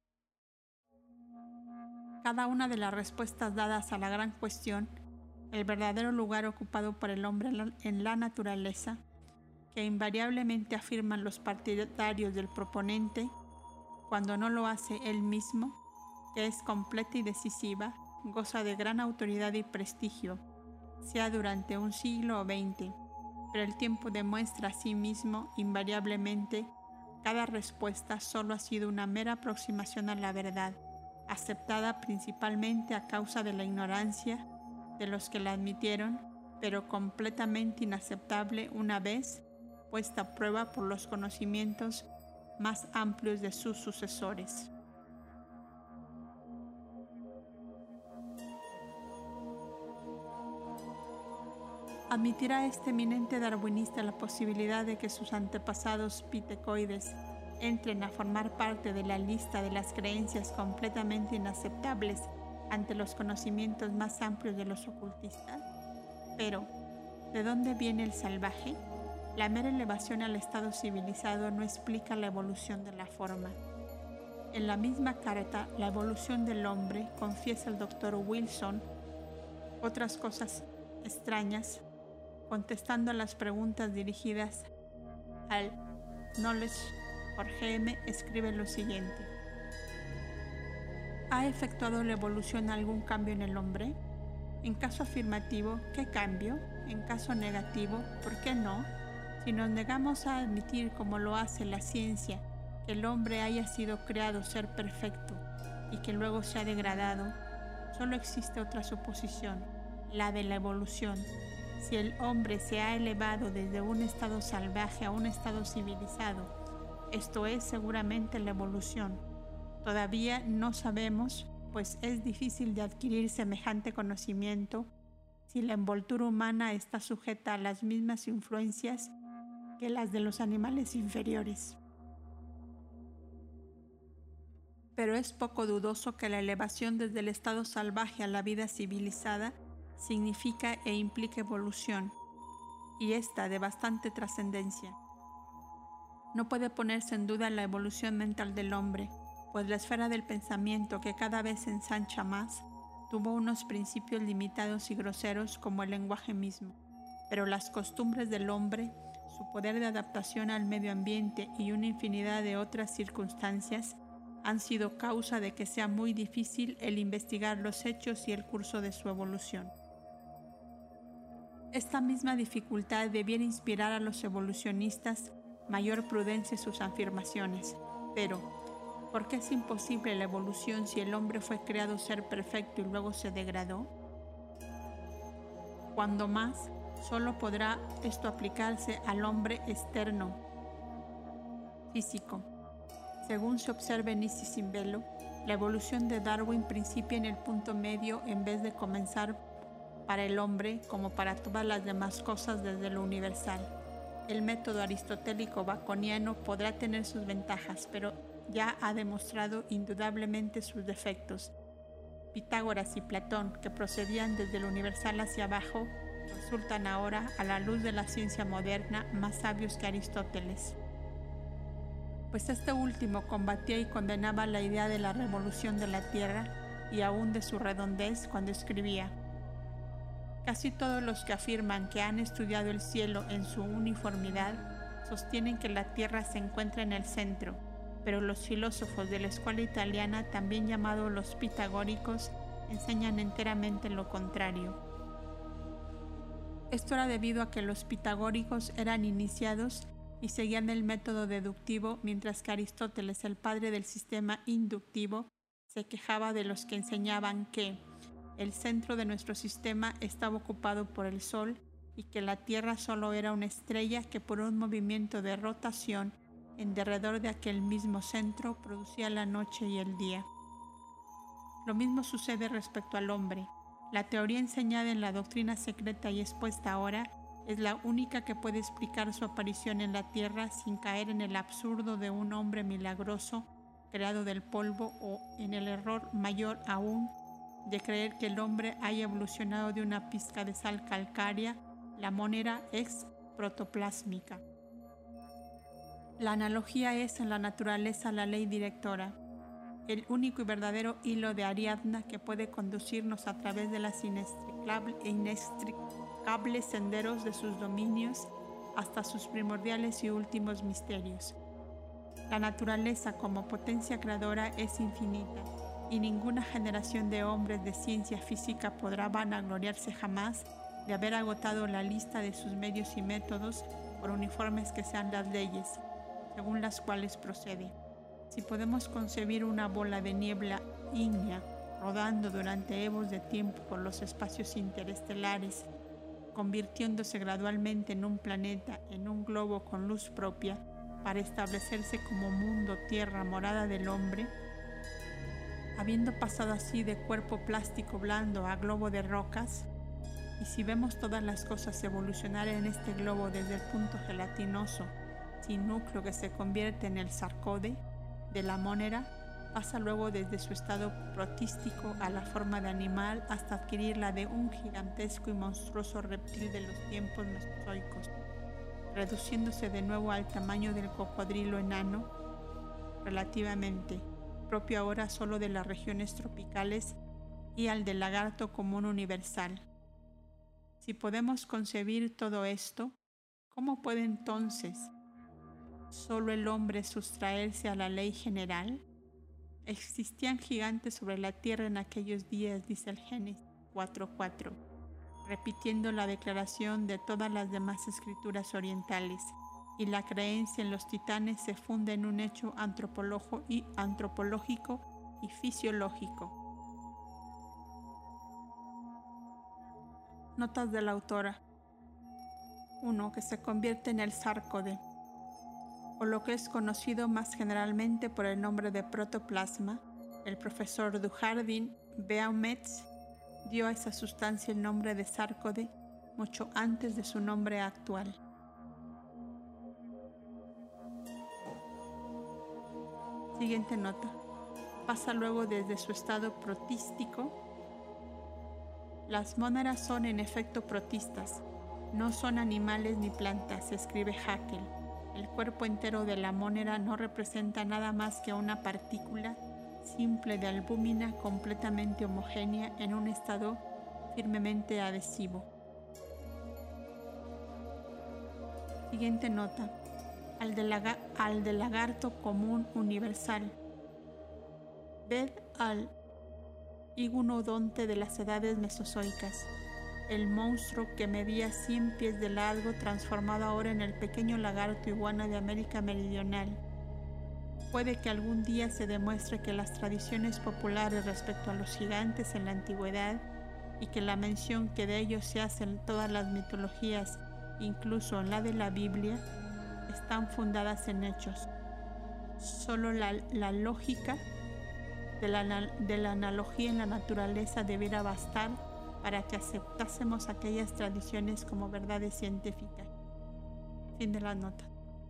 cada una de las respuestas dadas a la gran cuestión, el verdadero lugar ocupado por el hombre en la naturaleza, que invariablemente afirman los partidarios del proponente, cuando no lo hace él mismo, que es completa y decisiva, goza de gran autoridad y prestigio, sea durante un siglo o 20, pero el tiempo demuestra a sí mismo invariablemente cada respuesta solo ha sido una mera aproximación a la verdad, aceptada principalmente a causa de la ignorancia de los que la admitieron, pero completamente inaceptable una vez puesta a prueba por los conocimientos más amplios de sus sucesores. ¿Admitirá este eminente darwinista la posibilidad de que sus antepasados pitecoides entren a formar parte de la lista de las creencias completamente inaceptables ante los conocimientos más amplios de los ocultistas? Pero, ¿de dónde viene el salvaje? La mera elevación al estado civilizado no explica la evolución de la forma. En la misma carta, La evolución del hombre, confiesa el Dr. Wilson otras cosas extrañas, contestando a las preguntas dirigidas al Knowledge por GM, escribe lo siguiente: ¿ha efectuado la evolución algún cambio en el hombre? En caso afirmativo, ¿qué cambio? En caso negativo, ¿por qué no? Si nos negamos a admitir, como lo hace la ciencia, que el hombre haya sido creado ser perfecto y que luego se ha degradado, solo existe otra suposición, la de la evolución. Si el hombre se ha elevado desde un estado salvaje a un estado civilizado, esto es seguramente la evolución. Todavía no sabemos, pues es difícil de adquirir semejante conocimiento, si la envoltura humana está sujeta a las mismas influencias que las de los animales inferiores. Pero es poco dudoso que la elevación desde el estado salvaje a la vida civilizada significa e implica evolución, y esta de bastante trascendencia. No puede ponerse en duda la evolución mental del hombre, pues la esfera del pensamiento, que cada vez se ensancha más, tuvo unos principios limitados y groseros como el lenguaje mismo, pero las costumbres del hombre, su poder de adaptación al medio ambiente y una infinidad de otras circunstancias han sido causa de que sea muy difícil el investigar los hechos y el curso de su evolución. Esta misma dificultad debiera inspirar a los evolucionistas mayor prudencia en sus afirmaciones. Pero, ¿por qué es imposible la evolución si el hombre fue creado ser perfecto y luego se degradó? Cuando más, solo podrá esto aplicarse al hombre externo, físico. Según se observa en Isis sin velo, la evolución de Darwin principia en el punto medio en vez de comenzar para el hombre como para todas las demás cosas desde lo universal. El método aristotélico baconiano podrá tener sus ventajas, pero ya ha demostrado indudablemente sus defectos. Pitágoras y Platón, que procedían desde lo universal hacia abajo, resultan ahora, a la luz de la ciencia moderna, más sabios que Aristóteles. Pues este último combatía y condenaba la idea de la revolución de la Tierra y aún de su redondez cuando escribía: casi todos los que afirman que han estudiado el cielo en su uniformidad sostienen que la Tierra se encuentra en el centro, pero los filósofos de la escuela italiana, también llamados los pitagóricos, enseñan enteramente lo contrario. Esto era debido a que los pitagóricos eran iniciados y seguían el método deductivo, mientras que Aristóteles, el padre del sistema inductivo, se quejaba de los que enseñaban que el centro de nuestro sistema estaba ocupado por el Sol y que la Tierra solo era una estrella que por un movimiento de rotación en derredor de aquel mismo centro producía la noche y el día. Lo mismo sucede respecto al hombre. La teoría enseñada en la doctrina secreta y expuesta ahora es la única que puede explicar su aparición en la Tierra sin caer en el absurdo de un hombre milagroso creado del polvo, o en el error mayor aún de creer que el hombre haya evolucionado de una pizca de sal calcárea, la monera ex protoplásmica. La analogía es en la naturaleza la ley directora, el único y verdadero hilo de Ariadna que puede conducirnos a través de las inextricables senderos de sus dominios hasta sus primordiales y últimos misterios. La naturaleza como potencia creadora es infinita, y ninguna generación de hombres de ciencia física podrá vanagloriarse jamás de haber agotado la lista de sus medios y métodos, por uniformes que sean las leyes, según las cuales procede. Si podemos concebir una bola de niebla ígnea rodando durante evos de tiempo por los espacios interestelares, convirtiéndose gradualmente en un planeta, en un globo con luz propia, para establecerse como mundo, tierra, morada del hombre, habiendo pasado así de cuerpo plástico blando a globo de rocas, y si vemos todas las cosas evolucionar en este globo desde el punto gelatinoso, sin núcleo que se convierte en el sarcode de la monera, pasa luego desde su estado protístico a la forma de animal hasta adquirir la de un gigantesco y monstruoso reptil de los tiempos mesozoicos, reduciéndose de nuevo al tamaño del cocodrilo enano, relativamente, propio ahora solo de las regiones tropicales, y al del lagarto común universal. Si podemos concebir todo esto, ¿cómo puede entonces solo el hombre sustraerse a la ley general? Existían gigantes sobre la tierra en aquellos días, dice el Génesis 4:4, repitiendo la declaración de todas las demás escrituras orientales, y la creencia en los titanes se funde en un hecho antropológico y fisiológico. Notas de la autora. uno que se convierte en el sárcode, o lo que es conocido más generalmente por el nombre de protoplasma. El profesor Dujardin Beaumetz dio a esa sustancia el nombre de sárcode mucho antes de su nombre actual. Siguiente nota. Pasa luego desde su estado protístico. Las mónadas son en efecto protistas, no son animales ni plantas, escribe Haeckel. El cuerpo entero de la mónera no representa nada más que una partícula simple de albúmina completamente homogénea en un estado firmemente adhesivo. Siguiente nota. Al de lagarto común universal. Ved al Iguanodonte de las edades mesozoicas, el monstruo que medía 100 pies de largo transformado ahora en el pequeño lagarto iguana de América Meridional. Puede que algún día se demuestre que las tradiciones populares respecto a los gigantes en la antigüedad y que la mención que de ellos se hace en todas las mitologías, incluso en la de la Biblia, están fundadas en hechos. Solo la lógica de la analogía en la naturaleza debiera bastar para que aceptásemos aquellas tradiciones como verdades científicas. Fin de la nota.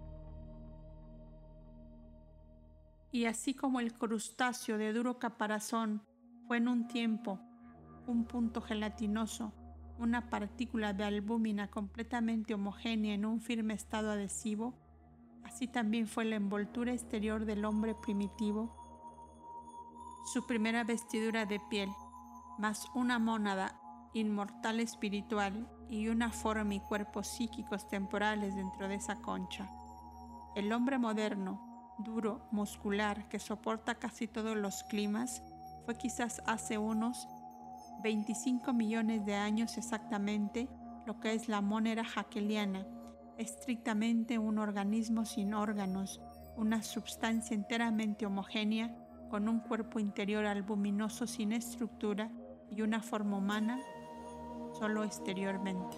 Y así como el crustáceo de duro caparazón fue en un tiempo un punto gelatinoso, una partícula de albúmina completamente homogénea en un firme estado adhesivo, así también fue la envoltura exterior del hombre primitivo, su primera vestidura de piel, más una mónada inmortal espiritual y una forma y cuerpos psíquicos temporales dentro de esa concha. El hombre moderno, duro, muscular, que soporta casi todos los climas, fue quizás hace unos 25 millones de años exactamente lo que es la mónera haeckeliana, estrictamente un organismo sin órganos, una substancia enteramente homogénea con un cuerpo interior albuminoso sin estructura y una forma humana solo exteriormente.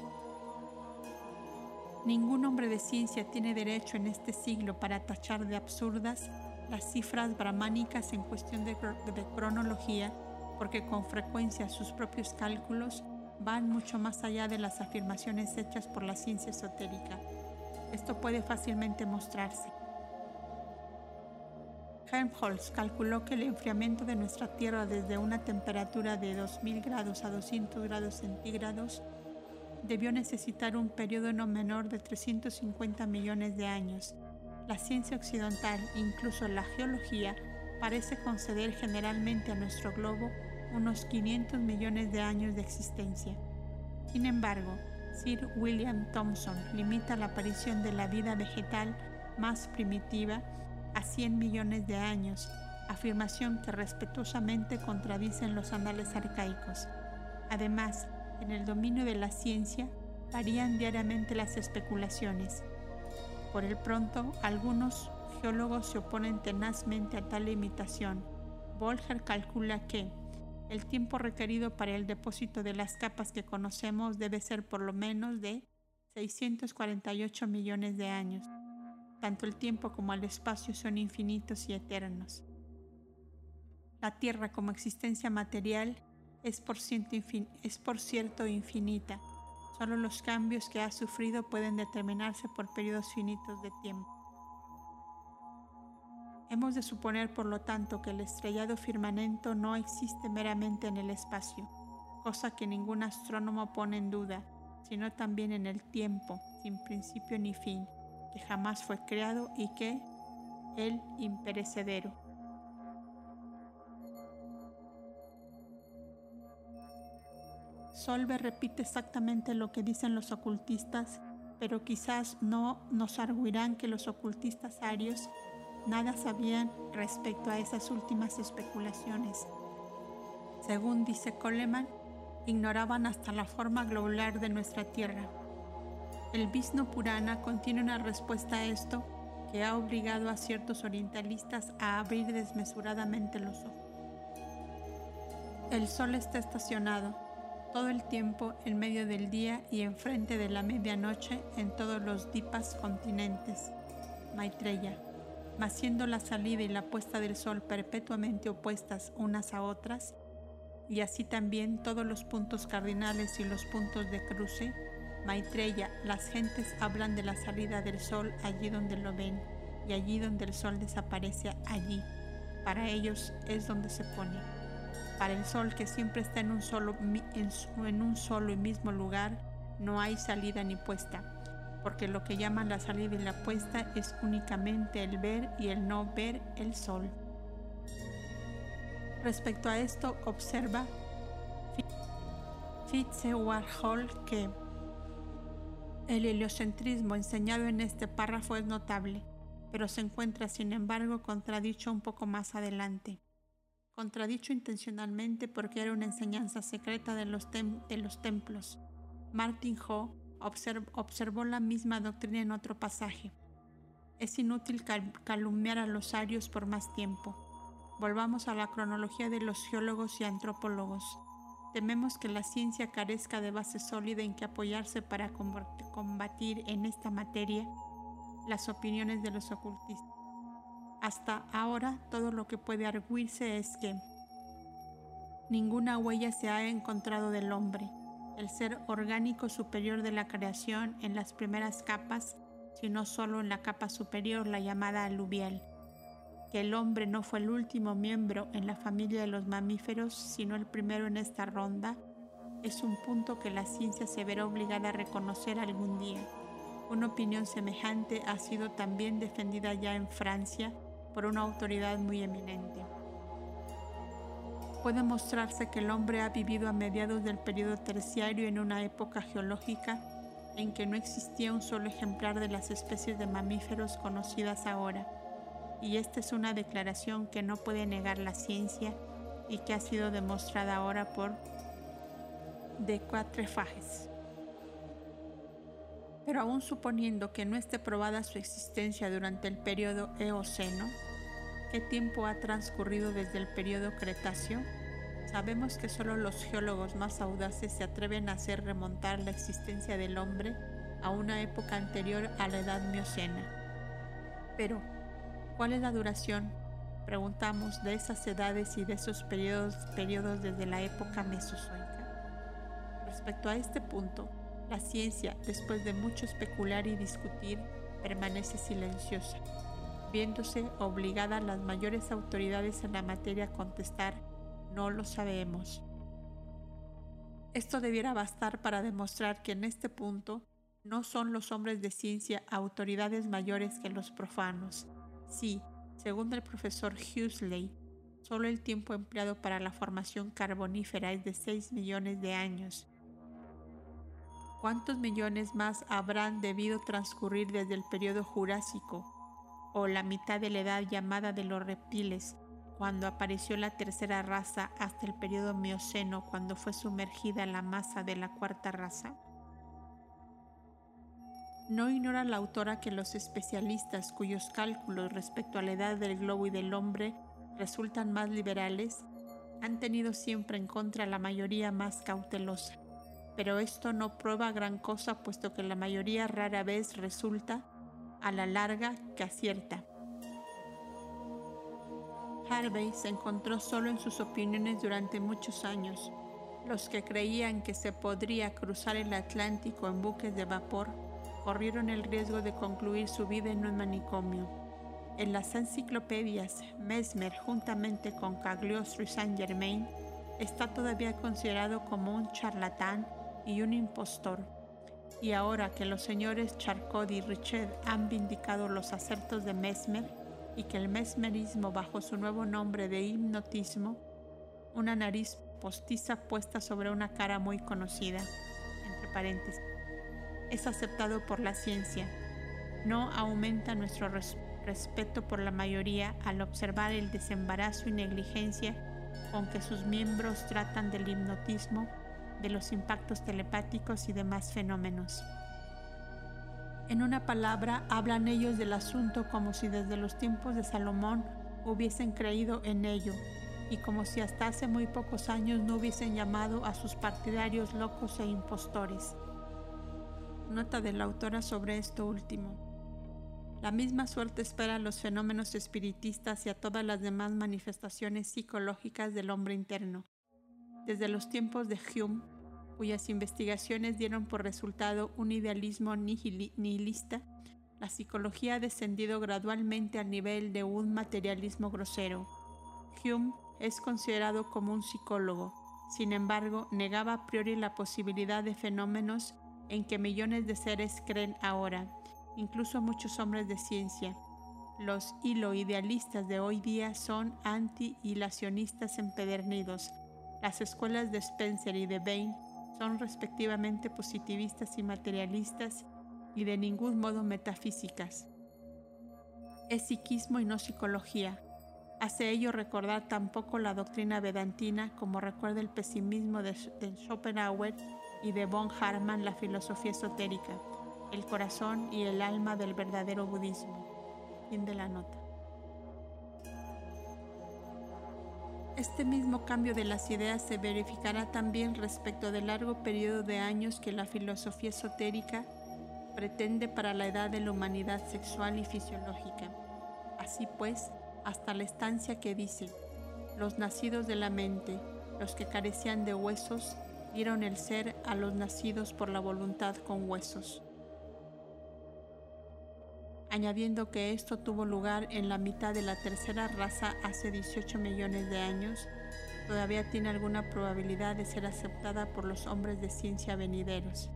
Ningún hombre de ciencia tiene derecho en este siglo para tachar de absurdas las cifras brahmánicas en cuestión de cronología, porque con frecuencia sus propios cálculos van mucho más allá de las afirmaciones hechas por la ciencia esotérica. Esto puede fácilmente mostrarse. Helmholtz calculó que el enfriamiento de nuestra Tierra desde una temperatura de 2000 grados a 200 grados centígrados debió necesitar un periodo no menor de 350 millones de años. La ciencia occidental, incluso la geología, parece conceder generalmente a nuestro globo unos 500 millones de años de existencia. Sin embargo, Sir William Thomson limita la aparición de la vida vegetal más primitiva a 100 millones de años, afirmación que respetuosamente contradicen los anales arcaicos. Además, en el dominio de la ciencia varían diariamente las especulaciones. Por el pronto, algunos geólogos se oponen tenazmente a tal limitación. Bolger calcula que el tiempo requerido para el depósito de las capas que conocemos debe ser por lo menos de 648 millones de años. Tanto el tiempo como el espacio son infinitos y eternos. La Tierra como existencia material es por cierto infinita. Solo los cambios que ha sufrido pueden determinarse por periodos finitos de tiempo. Hemos de suponer, por lo tanto, que el estrellado firmamento no existe meramente en el espacio, cosa que ningún astrónomo pone en duda, sino también en el tiempo, sin principio ni fin, que jamás fue creado y que el imperecedero. Solve repite exactamente lo que dicen los ocultistas, pero quizás no nos arguirán que los ocultistas arios nada sabían respecto a esas últimas especulaciones. Según dice Coleman, ignoraban hasta la forma globular de nuestra Tierra. El Vishnu Purana contiene una respuesta a esto que ha obligado a ciertos orientalistas a abrir desmesuradamente los ojos. El Sol está estacionado. todo el tiempo en medio del día y enfrente de la medianoche en todos los dipas continentes. Maitreya. Mas siendo la salida y la puesta del sol perpetuamente opuestas unas a otras, y así también todos los puntos cardinales y los puntos de cruce, Maitreya, las gentes hablan de la salida del sol allí donde lo ven, y allí donde el sol desaparece, allí. Para ellos es donde se pone. Para el sol, que siempre está en un solo y mismo lugar, no hay salida ni puesta, porque lo que llaman la salida y la puesta es únicamente el ver y el no ver el sol. Respecto a esto, observa Fitzgerald que el heliocentrismo enseñado en este párrafo es notable, pero se encuentra, sin embargo, contradicho un poco más adelante. Contradicho intencionalmente porque era una enseñanza secreta de los templos. Martin Ho observó la misma doctrina en otro pasaje. Es inútil calumniar a los arios por más tiempo. Volvamos a la cronología de los geólogos y antropólogos. Tememos que la ciencia carezca de base sólida en que apoyarse para combatir en esta materia las opiniones de los ocultistas. Hasta ahora, todo lo que puede arguirse es que ninguna huella se ha encontrado del hombre, el ser orgánico superior de la creación, en las primeras capas, sino solo en la capa superior, la llamada aluvial. Que el hombre no fue el último miembro en la familia de los mamíferos, sino el primero en esta ronda, es un punto que la ciencia se verá obligada a reconocer algún día. Una opinión semejante ha sido también defendida ya en Francia por una autoridad muy eminente. Puede mostrarse que el hombre ha vivido a mediados del período terciario en una época geológica en que no existía un solo ejemplar de las especies de mamíferos conocidas ahora, y esta es una declaración que no puede negar la ciencia y que ha sido demostrada ahora por de Quatrefages. Pero aún suponiendo que no esté probada su existencia durante el período Eoceno, ¿qué tiempo ha transcurrido desde el período Cretáceo? Sabemos que solo los geólogos más audaces se atreven a hacer remontar la existencia del hombre a una época anterior a la edad Miocena. Pero, ¿cuál es la duración? Preguntamos, de esas edades y de esos periodos desde la época mesozoica. Respecto a este punto, la ciencia, después de mucho especular y discutir, permanece silenciosa, viéndose obligada las mayores autoridades en la materia a contestar: no lo sabemos. Esto debiera bastar para demostrar que en este punto no son los hombres de ciencia autoridades mayores que los profanos. Sí, según el profesor Huxley, solo el tiempo empleado para la formación carbonífera es de 6 millones de años. ¿Cuántos millones más habrán debido transcurrir desde el período Jurásico, o la mitad de la edad llamada de los reptiles, cuando apareció la tercera raza, hasta el período Mioceno, cuando fue sumergida la masa de la cuarta raza? No ignora la autora que los especialistas cuyos cálculos respecto a la edad del globo y del hombre resultan más liberales han tenido siempre en contra la mayoría más cautelosa. Pero esto no prueba gran cosa, puesto que la mayoría rara vez resulta, a la larga, que acierta. Harvey se encontró solo en sus opiniones durante muchos años. Los que creían que se podría cruzar el Atlántico en buques de vapor corrieron el riesgo de concluir su vida en un manicomio. En las enciclopedias, Mesmer, juntamente con Cagliostro y Saint-Germain, está todavía considerado como un charlatán y un impostor. Y ahora que los señores Charcot y Richet han vindicado los acertos de Mesmer y que el mesmerismo, bajo su nuevo nombre de hipnotismo, una nariz postiza puesta sobre una cara muy conocida, entre paréntesis, es aceptado por la ciencia, no aumenta nuestro respeto por la mayoría al observar el desembarazo y negligencia con que sus miembros tratan del hipnotismo, de los impactos telepáticos y demás fenómenos. En una palabra, hablan ellos del asunto como si desde los tiempos de Salomón hubiesen creído en ello, y como si hasta hace muy pocos años no hubiesen llamado a sus partidarios locos e impostores. Nota de la autora sobre esto último. La misma suerte espera a los fenómenos espiritistas y a todas las demás manifestaciones psicológicas del hombre interno. Desde los tiempos de Hume, cuyas investigaciones dieron por resultado un idealismo nihilista, la psicología ha descendido gradualmente al nivel de un materialismo grosero. Hume es considerado como un psicólogo, sin embargo, negaba a priori la posibilidad de fenómenos en que millones de seres creen ahora, incluso muchos hombres de ciencia. Los hilo-idealistas de hoy día son anti-hilacionistas empedernidos. Las escuelas de Spencer y de Bain son respectivamente positivistas y materialistas y de ningún modo metafísicas. Es psiquismo y no psicología. Hace ello recordar tampoco la doctrina vedantina como recuerda el pesimismo de Schopenhauer y de von Hartmann la filosofía esotérica, el corazón y el alma del verdadero budismo. Fin de la nota. Este mismo cambio de las ideas se verificará también respecto del largo periodo de años que la filosofía esotérica pretende para la edad de la humanidad sexual y fisiológica. Así pues, hasta la estancia que dice, los nacidos de la mente, los que carecían de huesos, dieron el ser a los nacidos por la voluntad con huesos. Añadiendo que esto tuvo lugar en la mitad de la tercera raza hace 18 millones de años, todavía tiene alguna probabilidad de ser aceptada por los hombres de ciencia venideros.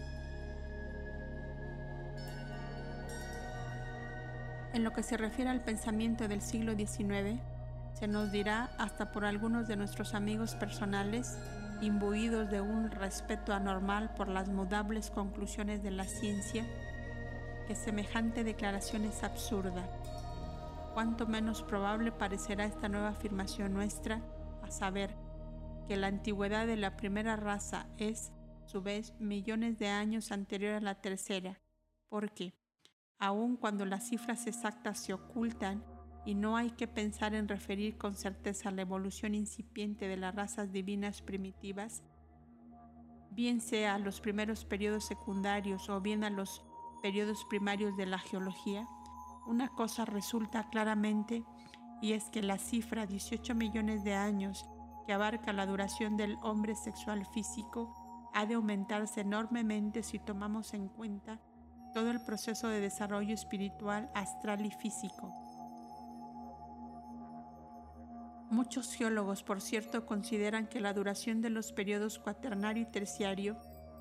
En lo que se refiere al pensamiento del siglo XIX, se nos dirá hasta por algunos de nuestros amigos personales, imbuidos de un respeto anormal por las mudables conclusiones de la ciencia, que semejante declaración es absurda. Cuánto menos probable parecerá esta nueva afirmación nuestra, a saber, que la antigüedad de la primera raza es, a su vez, millones de años anterior a la tercera, porque, aun cuando las cifras exactas se ocultan y no hay que pensar en referir con certeza la evolución incipiente de las razas divinas primitivas, bien sea a los primeros periodos secundarios o bien a los periodos primarios de la geología, una cosa resulta claramente y es que la cifra 18 millones de años que abarca la duración del hombre sexual físico ha de aumentarse enormemente si tomamos en cuenta todo el proceso de desarrollo espiritual, astral y físico. Muchos geólogos, por cierto, consideran que la duración de los periodos cuaternario y terciario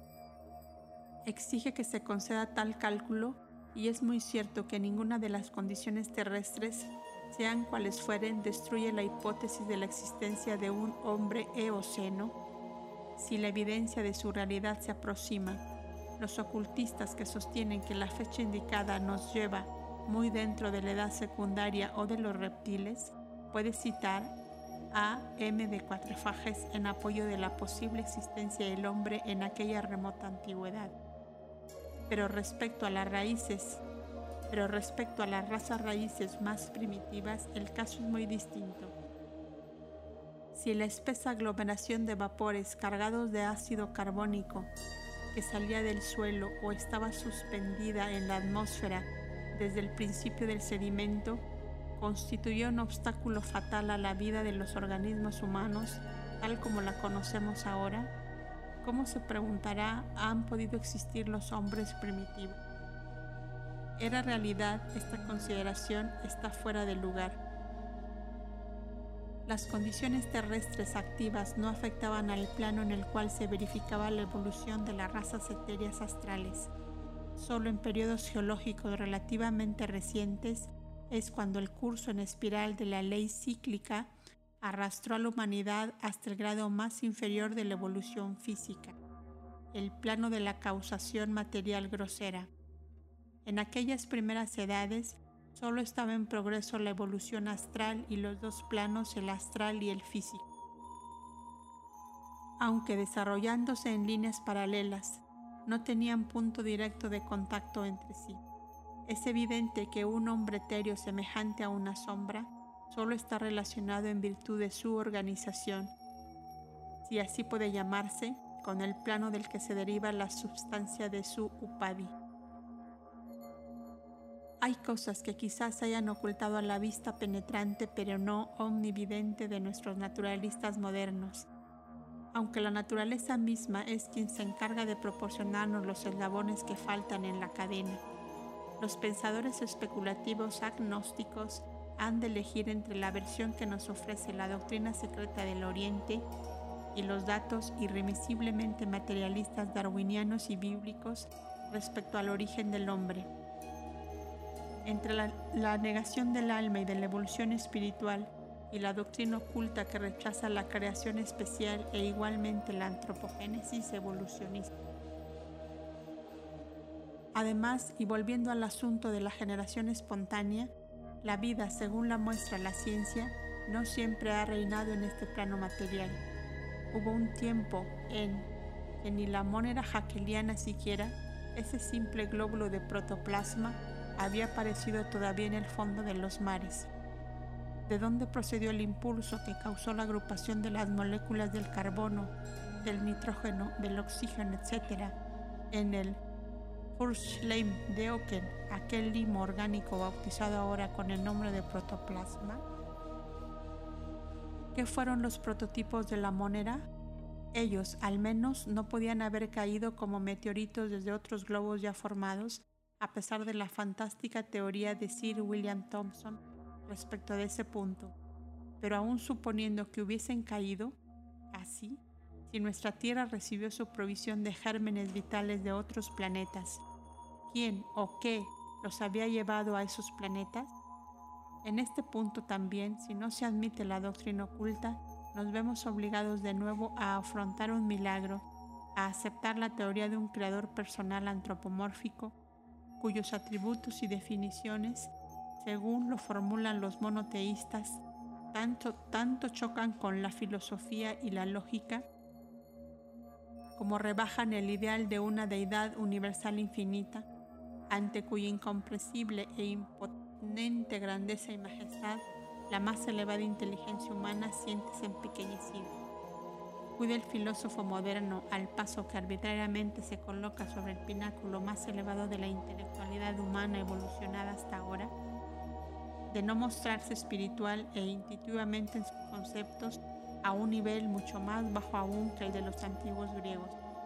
exige que se conceda tal cálculo y es muy cierto que ninguna de las condiciones terrestres, sean cuales fueren, destruye la hipótesis de la existencia de un hombre eoceno si la evidencia de su realidad se aproxima. Los ocultistas que sostienen que la fecha indicada nos lleva muy dentro de la edad secundaria o de los reptiles, puede citar a M. de Quatrefages en apoyo de la posible existencia del hombre en aquella remota antigüedad. Pero respecto a las razas raíces más primitivas, el caso es muy distinto. Si la espesa aglomeración de vapores cargados de ácido carbónico que salía del suelo o estaba suspendida en la atmósfera desde el principio del sedimento, constituyó un obstáculo fatal a la vida de los organismos humanos, tal como la conocemos ahora, ¿cómo, se preguntará, han podido existir los hombres primitivos? Era realidad, esta consideración está fuera de lugar. Las condiciones terrestres activas no afectaban al plano en el cual se verificaba la evolución de las razas etéreas astrales. Solo en periodos geológicos relativamente recientes es cuando el curso en espiral de la ley cíclica arrastró a la humanidad hasta el grado más inferior de la evolución física, el plano de la causación material grosera. En aquellas primeras edades solo estaba en progreso la evolución astral y los dos planos, el astral y el físico. Aunque desarrollándose en líneas paralelas, no tenían punto directo de contacto entre sí. Es evidente que un hombre etéreo semejante a una sombra solo está relacionado en virtud de su organización, si así puede llamarse, con el plano del que se deriva la substancia de su upadhi. Hay cosas que quizás hayan ocultado a la vista penetrante pero no omnividente de nuestros naturalistas modernos, aunque la naturaleza misma es quien se encarga de proporcionarnos los eslabones que faltan en la cadena. Los pensadores especulativos agnósticos han de elegir entre la versión que nos ofrece la doctrina secreta del Oriente y los datos irremisiblemente materialistas darwinianos y bíblicos respecto al origen del hombre. Entre la negación del alma y de la evolución espiritual y la doctrina oculta que rechaza la creación especial e igualmente la antropogénesis evolucionista. Además, y volviendo al asunto de la generación espontánea, la vida, según la muestra la ciencia, no siempre ha reinado en este plano material. Hubo un tiempo en que ni la monera haeceliana siquiera, ese simple glóbulo de protoplasma, había aparecido todavía en el fondo de los mares. ¿De dónde procedió el impulso que causó la agrupación de las moléculas del carbono, del nitrógeno, del oxígeno, etc., en el Furchleim de Oken, aquel limo orgánico bautizado ahora con el nombre de protoplasma? ¿Qué fueron los prototipos de la monera? Ellos, al menos, no podían haber caído como meteoritos desde otros globos ya formados, a pesar de la fantástica teoría de Sir William Thomson respecto de ese punto. Pero aún suponiendo que hubiesen caído, así, si nuestra Tierra recibió su provisión de gérmenes vitales de otros planetas, ¿quién o qué los había llevado a esos planetas? En este punto también, si no se admite la doctrina oculta, nos vemos obligados de nuevo a afrontar un milagro, a aceptar la teoría de un creador personal antropomórfico, cuyos atributos y definiciones, según lo formulan los monoteístas, tanto chocan con la filosofía y la lógica, como rebajan el ideal de una deidad universal infinita, ante cuya incomprensible e imponente grandeza y majestad la más elevada inteligencia humana siéntese empequeñecida. Cuida el filósofo moderno, al paso que arbitrariamente se coloca sobre el pináculo más elevado de la intelectualidad humana evolucionada hasta ahora, de no mostrarse espiritual e intuitivamente en sus conceptos a un nivel mucho más bajo aún que el de los antiguos griegos,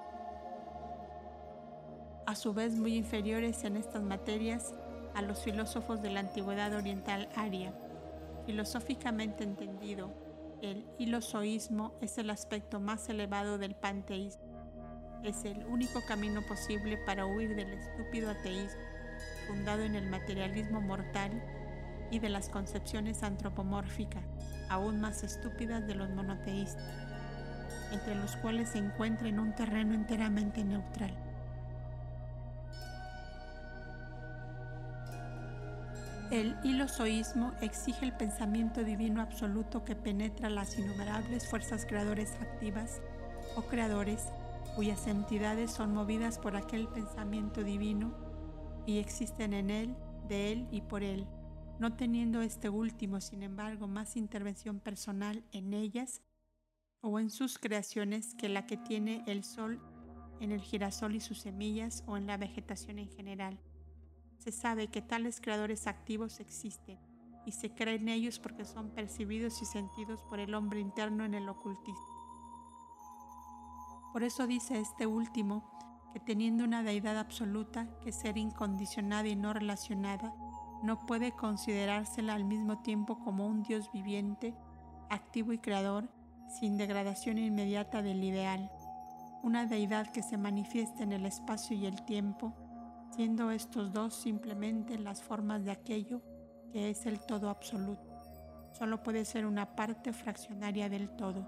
a su vez muy inferiores en estas materias a los filósofos de la antigüedad oriental aria. Filosóficamente entendido, el hilozoísmo es el aspecto más elevado del panteísmo. Es el único camino posible para huir del estúpido ateísmo, fundado en el materialismo mortal, y de las concepciones antropomórficas, aún más estúpidas, de los monoteístas, entre los cuales se encuentra en un terreno enteramente neutral. El hilozoísmo exige el pensamiento divino absoluto que penetra las innumerables fuerzas creadoras activas o creadores cuyas entidades son movidas por aquel pensamiento divino y existen en él, de él y por él, no teniendo este último, sin embargo, más intervención personal en ellas o en sus creaciones que la que tiene el sol en el girasol y sus semillas o en la vegetación en general. Se sabe que tales creadores activos existen y se cree en ellos porque son percibidos y sentidos por el hombre interno en el ocultismo. Por eso dice este último que teniendo una deidad absoluta, que ser incondicionada y no relacionada, no puede considerársela al mismo tiempo como un Dios viviente, activo y creador, sin degradación inmediata del ideal, una deidad que se manifiesta en el espacio y el tiempo, siendo estos dos simplemente las formas de aquello que es el todo absoluto. Solo puede ser una parte fraccionaria del todo.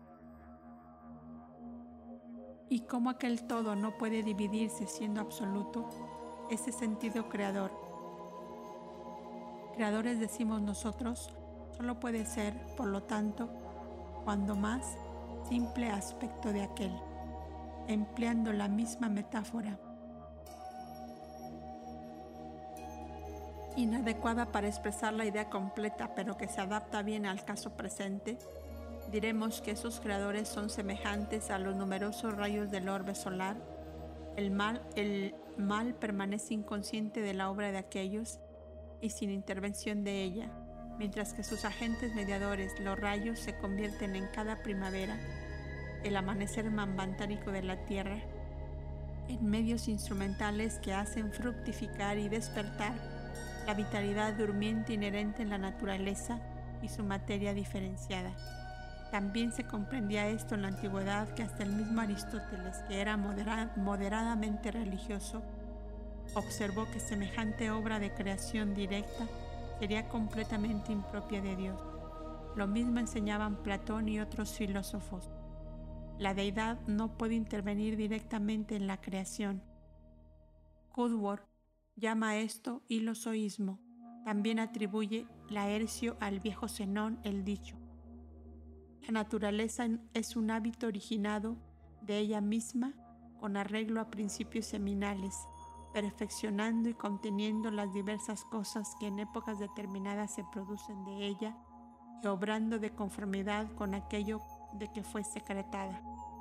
Y como aquel todo no puede dividirse siendo absoluto, ese sentido creador, creadores decimos nosotros, solo puede ser, por lo tanto, cuando más, simple aspecto de aquel, empleando la misma metáfora. inadecuada para expresar la idea completa, pero que se adapta bien al caso presente, diremos que esos creadores son semejantes a los numerosos rayos del orbe solar. El mal permanece inconsciente de la obra de aquellos y sin intervención de ella, mientras que sus agentes mediadores, los rayos, se convierten en cada primavera, el amanecer mambantárico de la tierra, en medios instrumentales que hacen fructificar y despertar la vitalidad durmiente inherente en la naturaleza y su materia diferenciada. También se comprendía esto en la antigüedad, que hasta el mismo Aristóteles, que era moderadamente religioso, observó que semejante obra de creación directa sería completamente impropia de Dios. Lo mismo enseñaban Platón y otros filósofos. La deidad no puede intervenir directamente en la creación. Woodward llama a esto hilozoísmo. También atribuye Laercio al viejo Zenón el dicho: la naturaleza es un hábito originado de ella misma con arreglo a principios seminales, perfeccionando y conteniendo las diversas cosas que en épocas determinadas se producen de ella y obrando de conformidad con aquello de que fue secretada.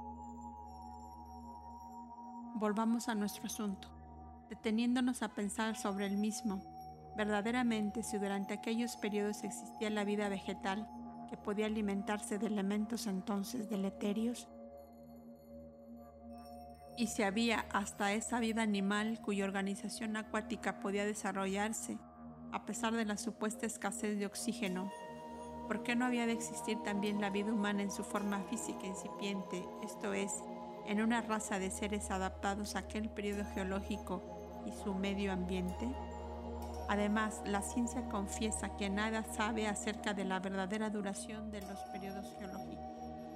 Volvamos a nuestro asunto, deteniéndonos a pensar sobre el mismo. Verdaderamente, si durante aquellos periodos existía la vida vegetal, que podía alimentarse de elementos entonces deleterios, y si había hasta esa vida animal cuya organización acuática podía desarrollarse a pesar de la supuesta escasez de oxígeno, ¿por qué no había de existir también la vida humana en su forma física incipiente, esto es, en una raza de seres adaptados a aquel periodo geológico y su medio ambiente? Además, la ciencia confiesa que nada sabe acerca de la verdadera duración de los periodos geológicos.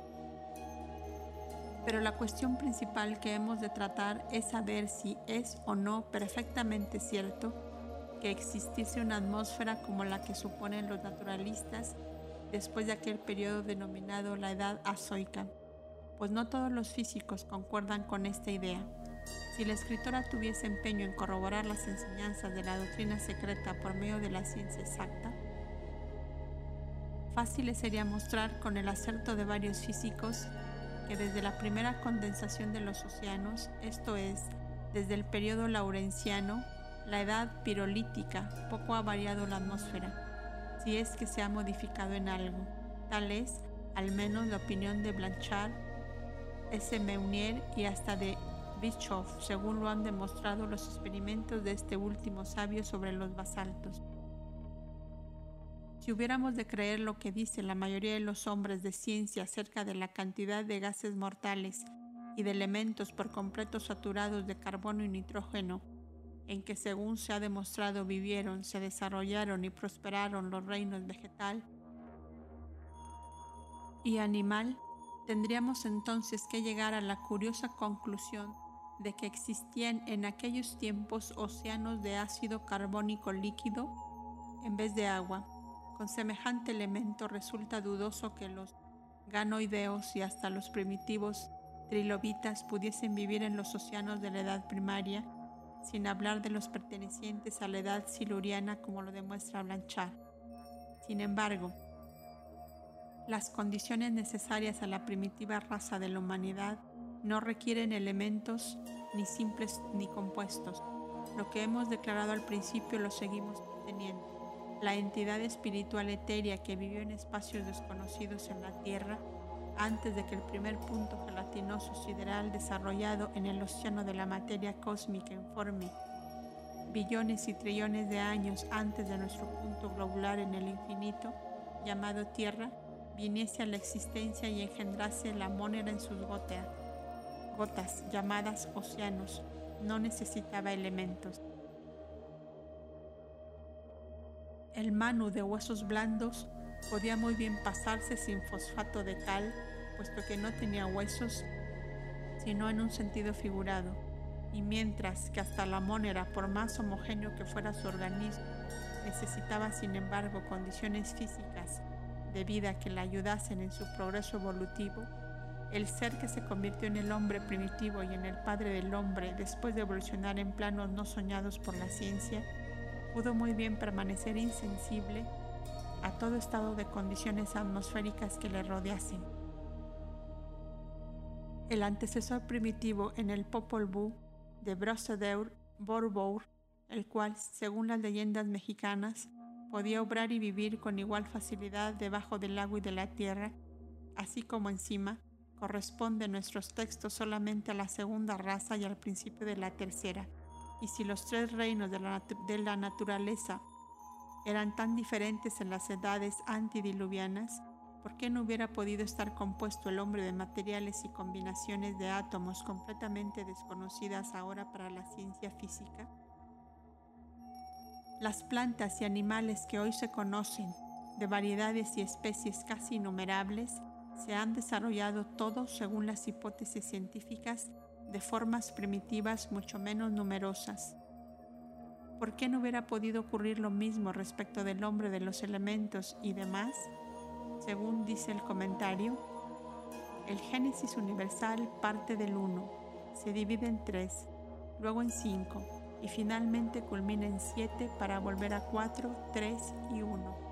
Pero la cuestión principal que hemos de tratar es saber si es o no perfectamente cierto que existiese una atmósfera como la que suponen los naturalistas después de aquel periodo denominado la Edad Azoica, pues no todos los físicos concuerdan con esta idea. Si la escritora tuviese empeño en corroborar las enseñanzas de la doctrina secreta por medio de la ciencia exacta, fácil le sería mostrar con el acerto de varios físicos que desde la primera condensación de los océanos, esto es, desde el periodo laurenciano, la edad pirolítica, poco ha variado la atmósfera, si es que se ha modificado en algo. Tal es, al menos, la opinión de Blanchard, S. Meunier y hasta de Bischoff, según lo han demostrado los experimentos de este último sabio sobre los basaltos. Si hubiéramos de creer lo que dice la mayoría de los hombres de ciencia acerca de la cantidad de gases mortales y de elementos por completo saturados de carbono y nitrógeno, en que según se ha demostrado vivieron, se desarrollaron y prosperaron los reinos vegetal y animal, tendríamos entonces que llegar a la curiosa conclusión de que existían en aquellos tiempos océanos de ácido carbónico líquido en vez de agua. Con semejante elemento resulta dudoso que los ganoideos y hasta los primitivos trilobitas pudiesen vivir en los océanos de la edad primaria, sin hablar de los pertenecientes a la edad siluriana, como lo demuestra Blanchard. Sin embargo, las condiciones necesarias a la primitiva raza de la humanidad no requieren elementos ni simples ni compuestos. Lo que hemos declarado al principio lo seguimos teniendo. La entidad espiritual etérea que vivió en espacios desconocidos en la Tierra antes de que el primer punto gelatinoso sideral desarrollado en el océano de la materia cósmica informe, billones y trillones de años antes de nuestro punto globular en el infinito, llamado Tierra, viniese a la existencia y engendrase la monera en sus gotas llamadas océanos, no necesitaba elementos. El manu de huesos blandos podía muy bien pasarse sin fosfato de cal, puesto que no tenía huesos, sino en un sentido figurado, y mientras que hasta la monera, por más homogéneo que fuera su organismo, necesitaba sin embargo condiciones físicas de vida que la ayudasen en su progreso evolutivo, el ser que se convirtió en el hombre primitivo y en el padre del hombre después de evolucionar en planos no soñados por la ciencia, pudo muy bien permanecer insensible a todo estado de condiciones atmosféricas que le rodeasen. El antecesor primitivo en el Popol Vuh de Brocédeur-Borbour, el cual, según las leyendas mexicanas, podía obrar y vivir con igual facilidad debajo del agua y de la tierra, así como encima, corresponde en nuestros textos solamente a la segunda raza y al principio de la tercera. Y si los tres reinos de la naturaleza eran tan diferentes en las edades antediluvianas, ¿por qué no hubiera podido estar compuesto el hombre de materiales y combinaciones de átomos completamente desconocidas ahora para la ciencia física? Las plantas y animales que hoy se conocen, de variedades y especies casi innumerables, se han desarrollado todos, según las hipótesis científicas, de formas primitivas mucho menos numerosas. ¿Por qué no hubiera podido ocurrir lo mismo respecto del hombre de los elementos y demás? Según dice el comentario, el Génesis universal parte del 1, se divide en 3, luego en 5 y finalmente culmina en 7 para volver a 4, 3 y 1.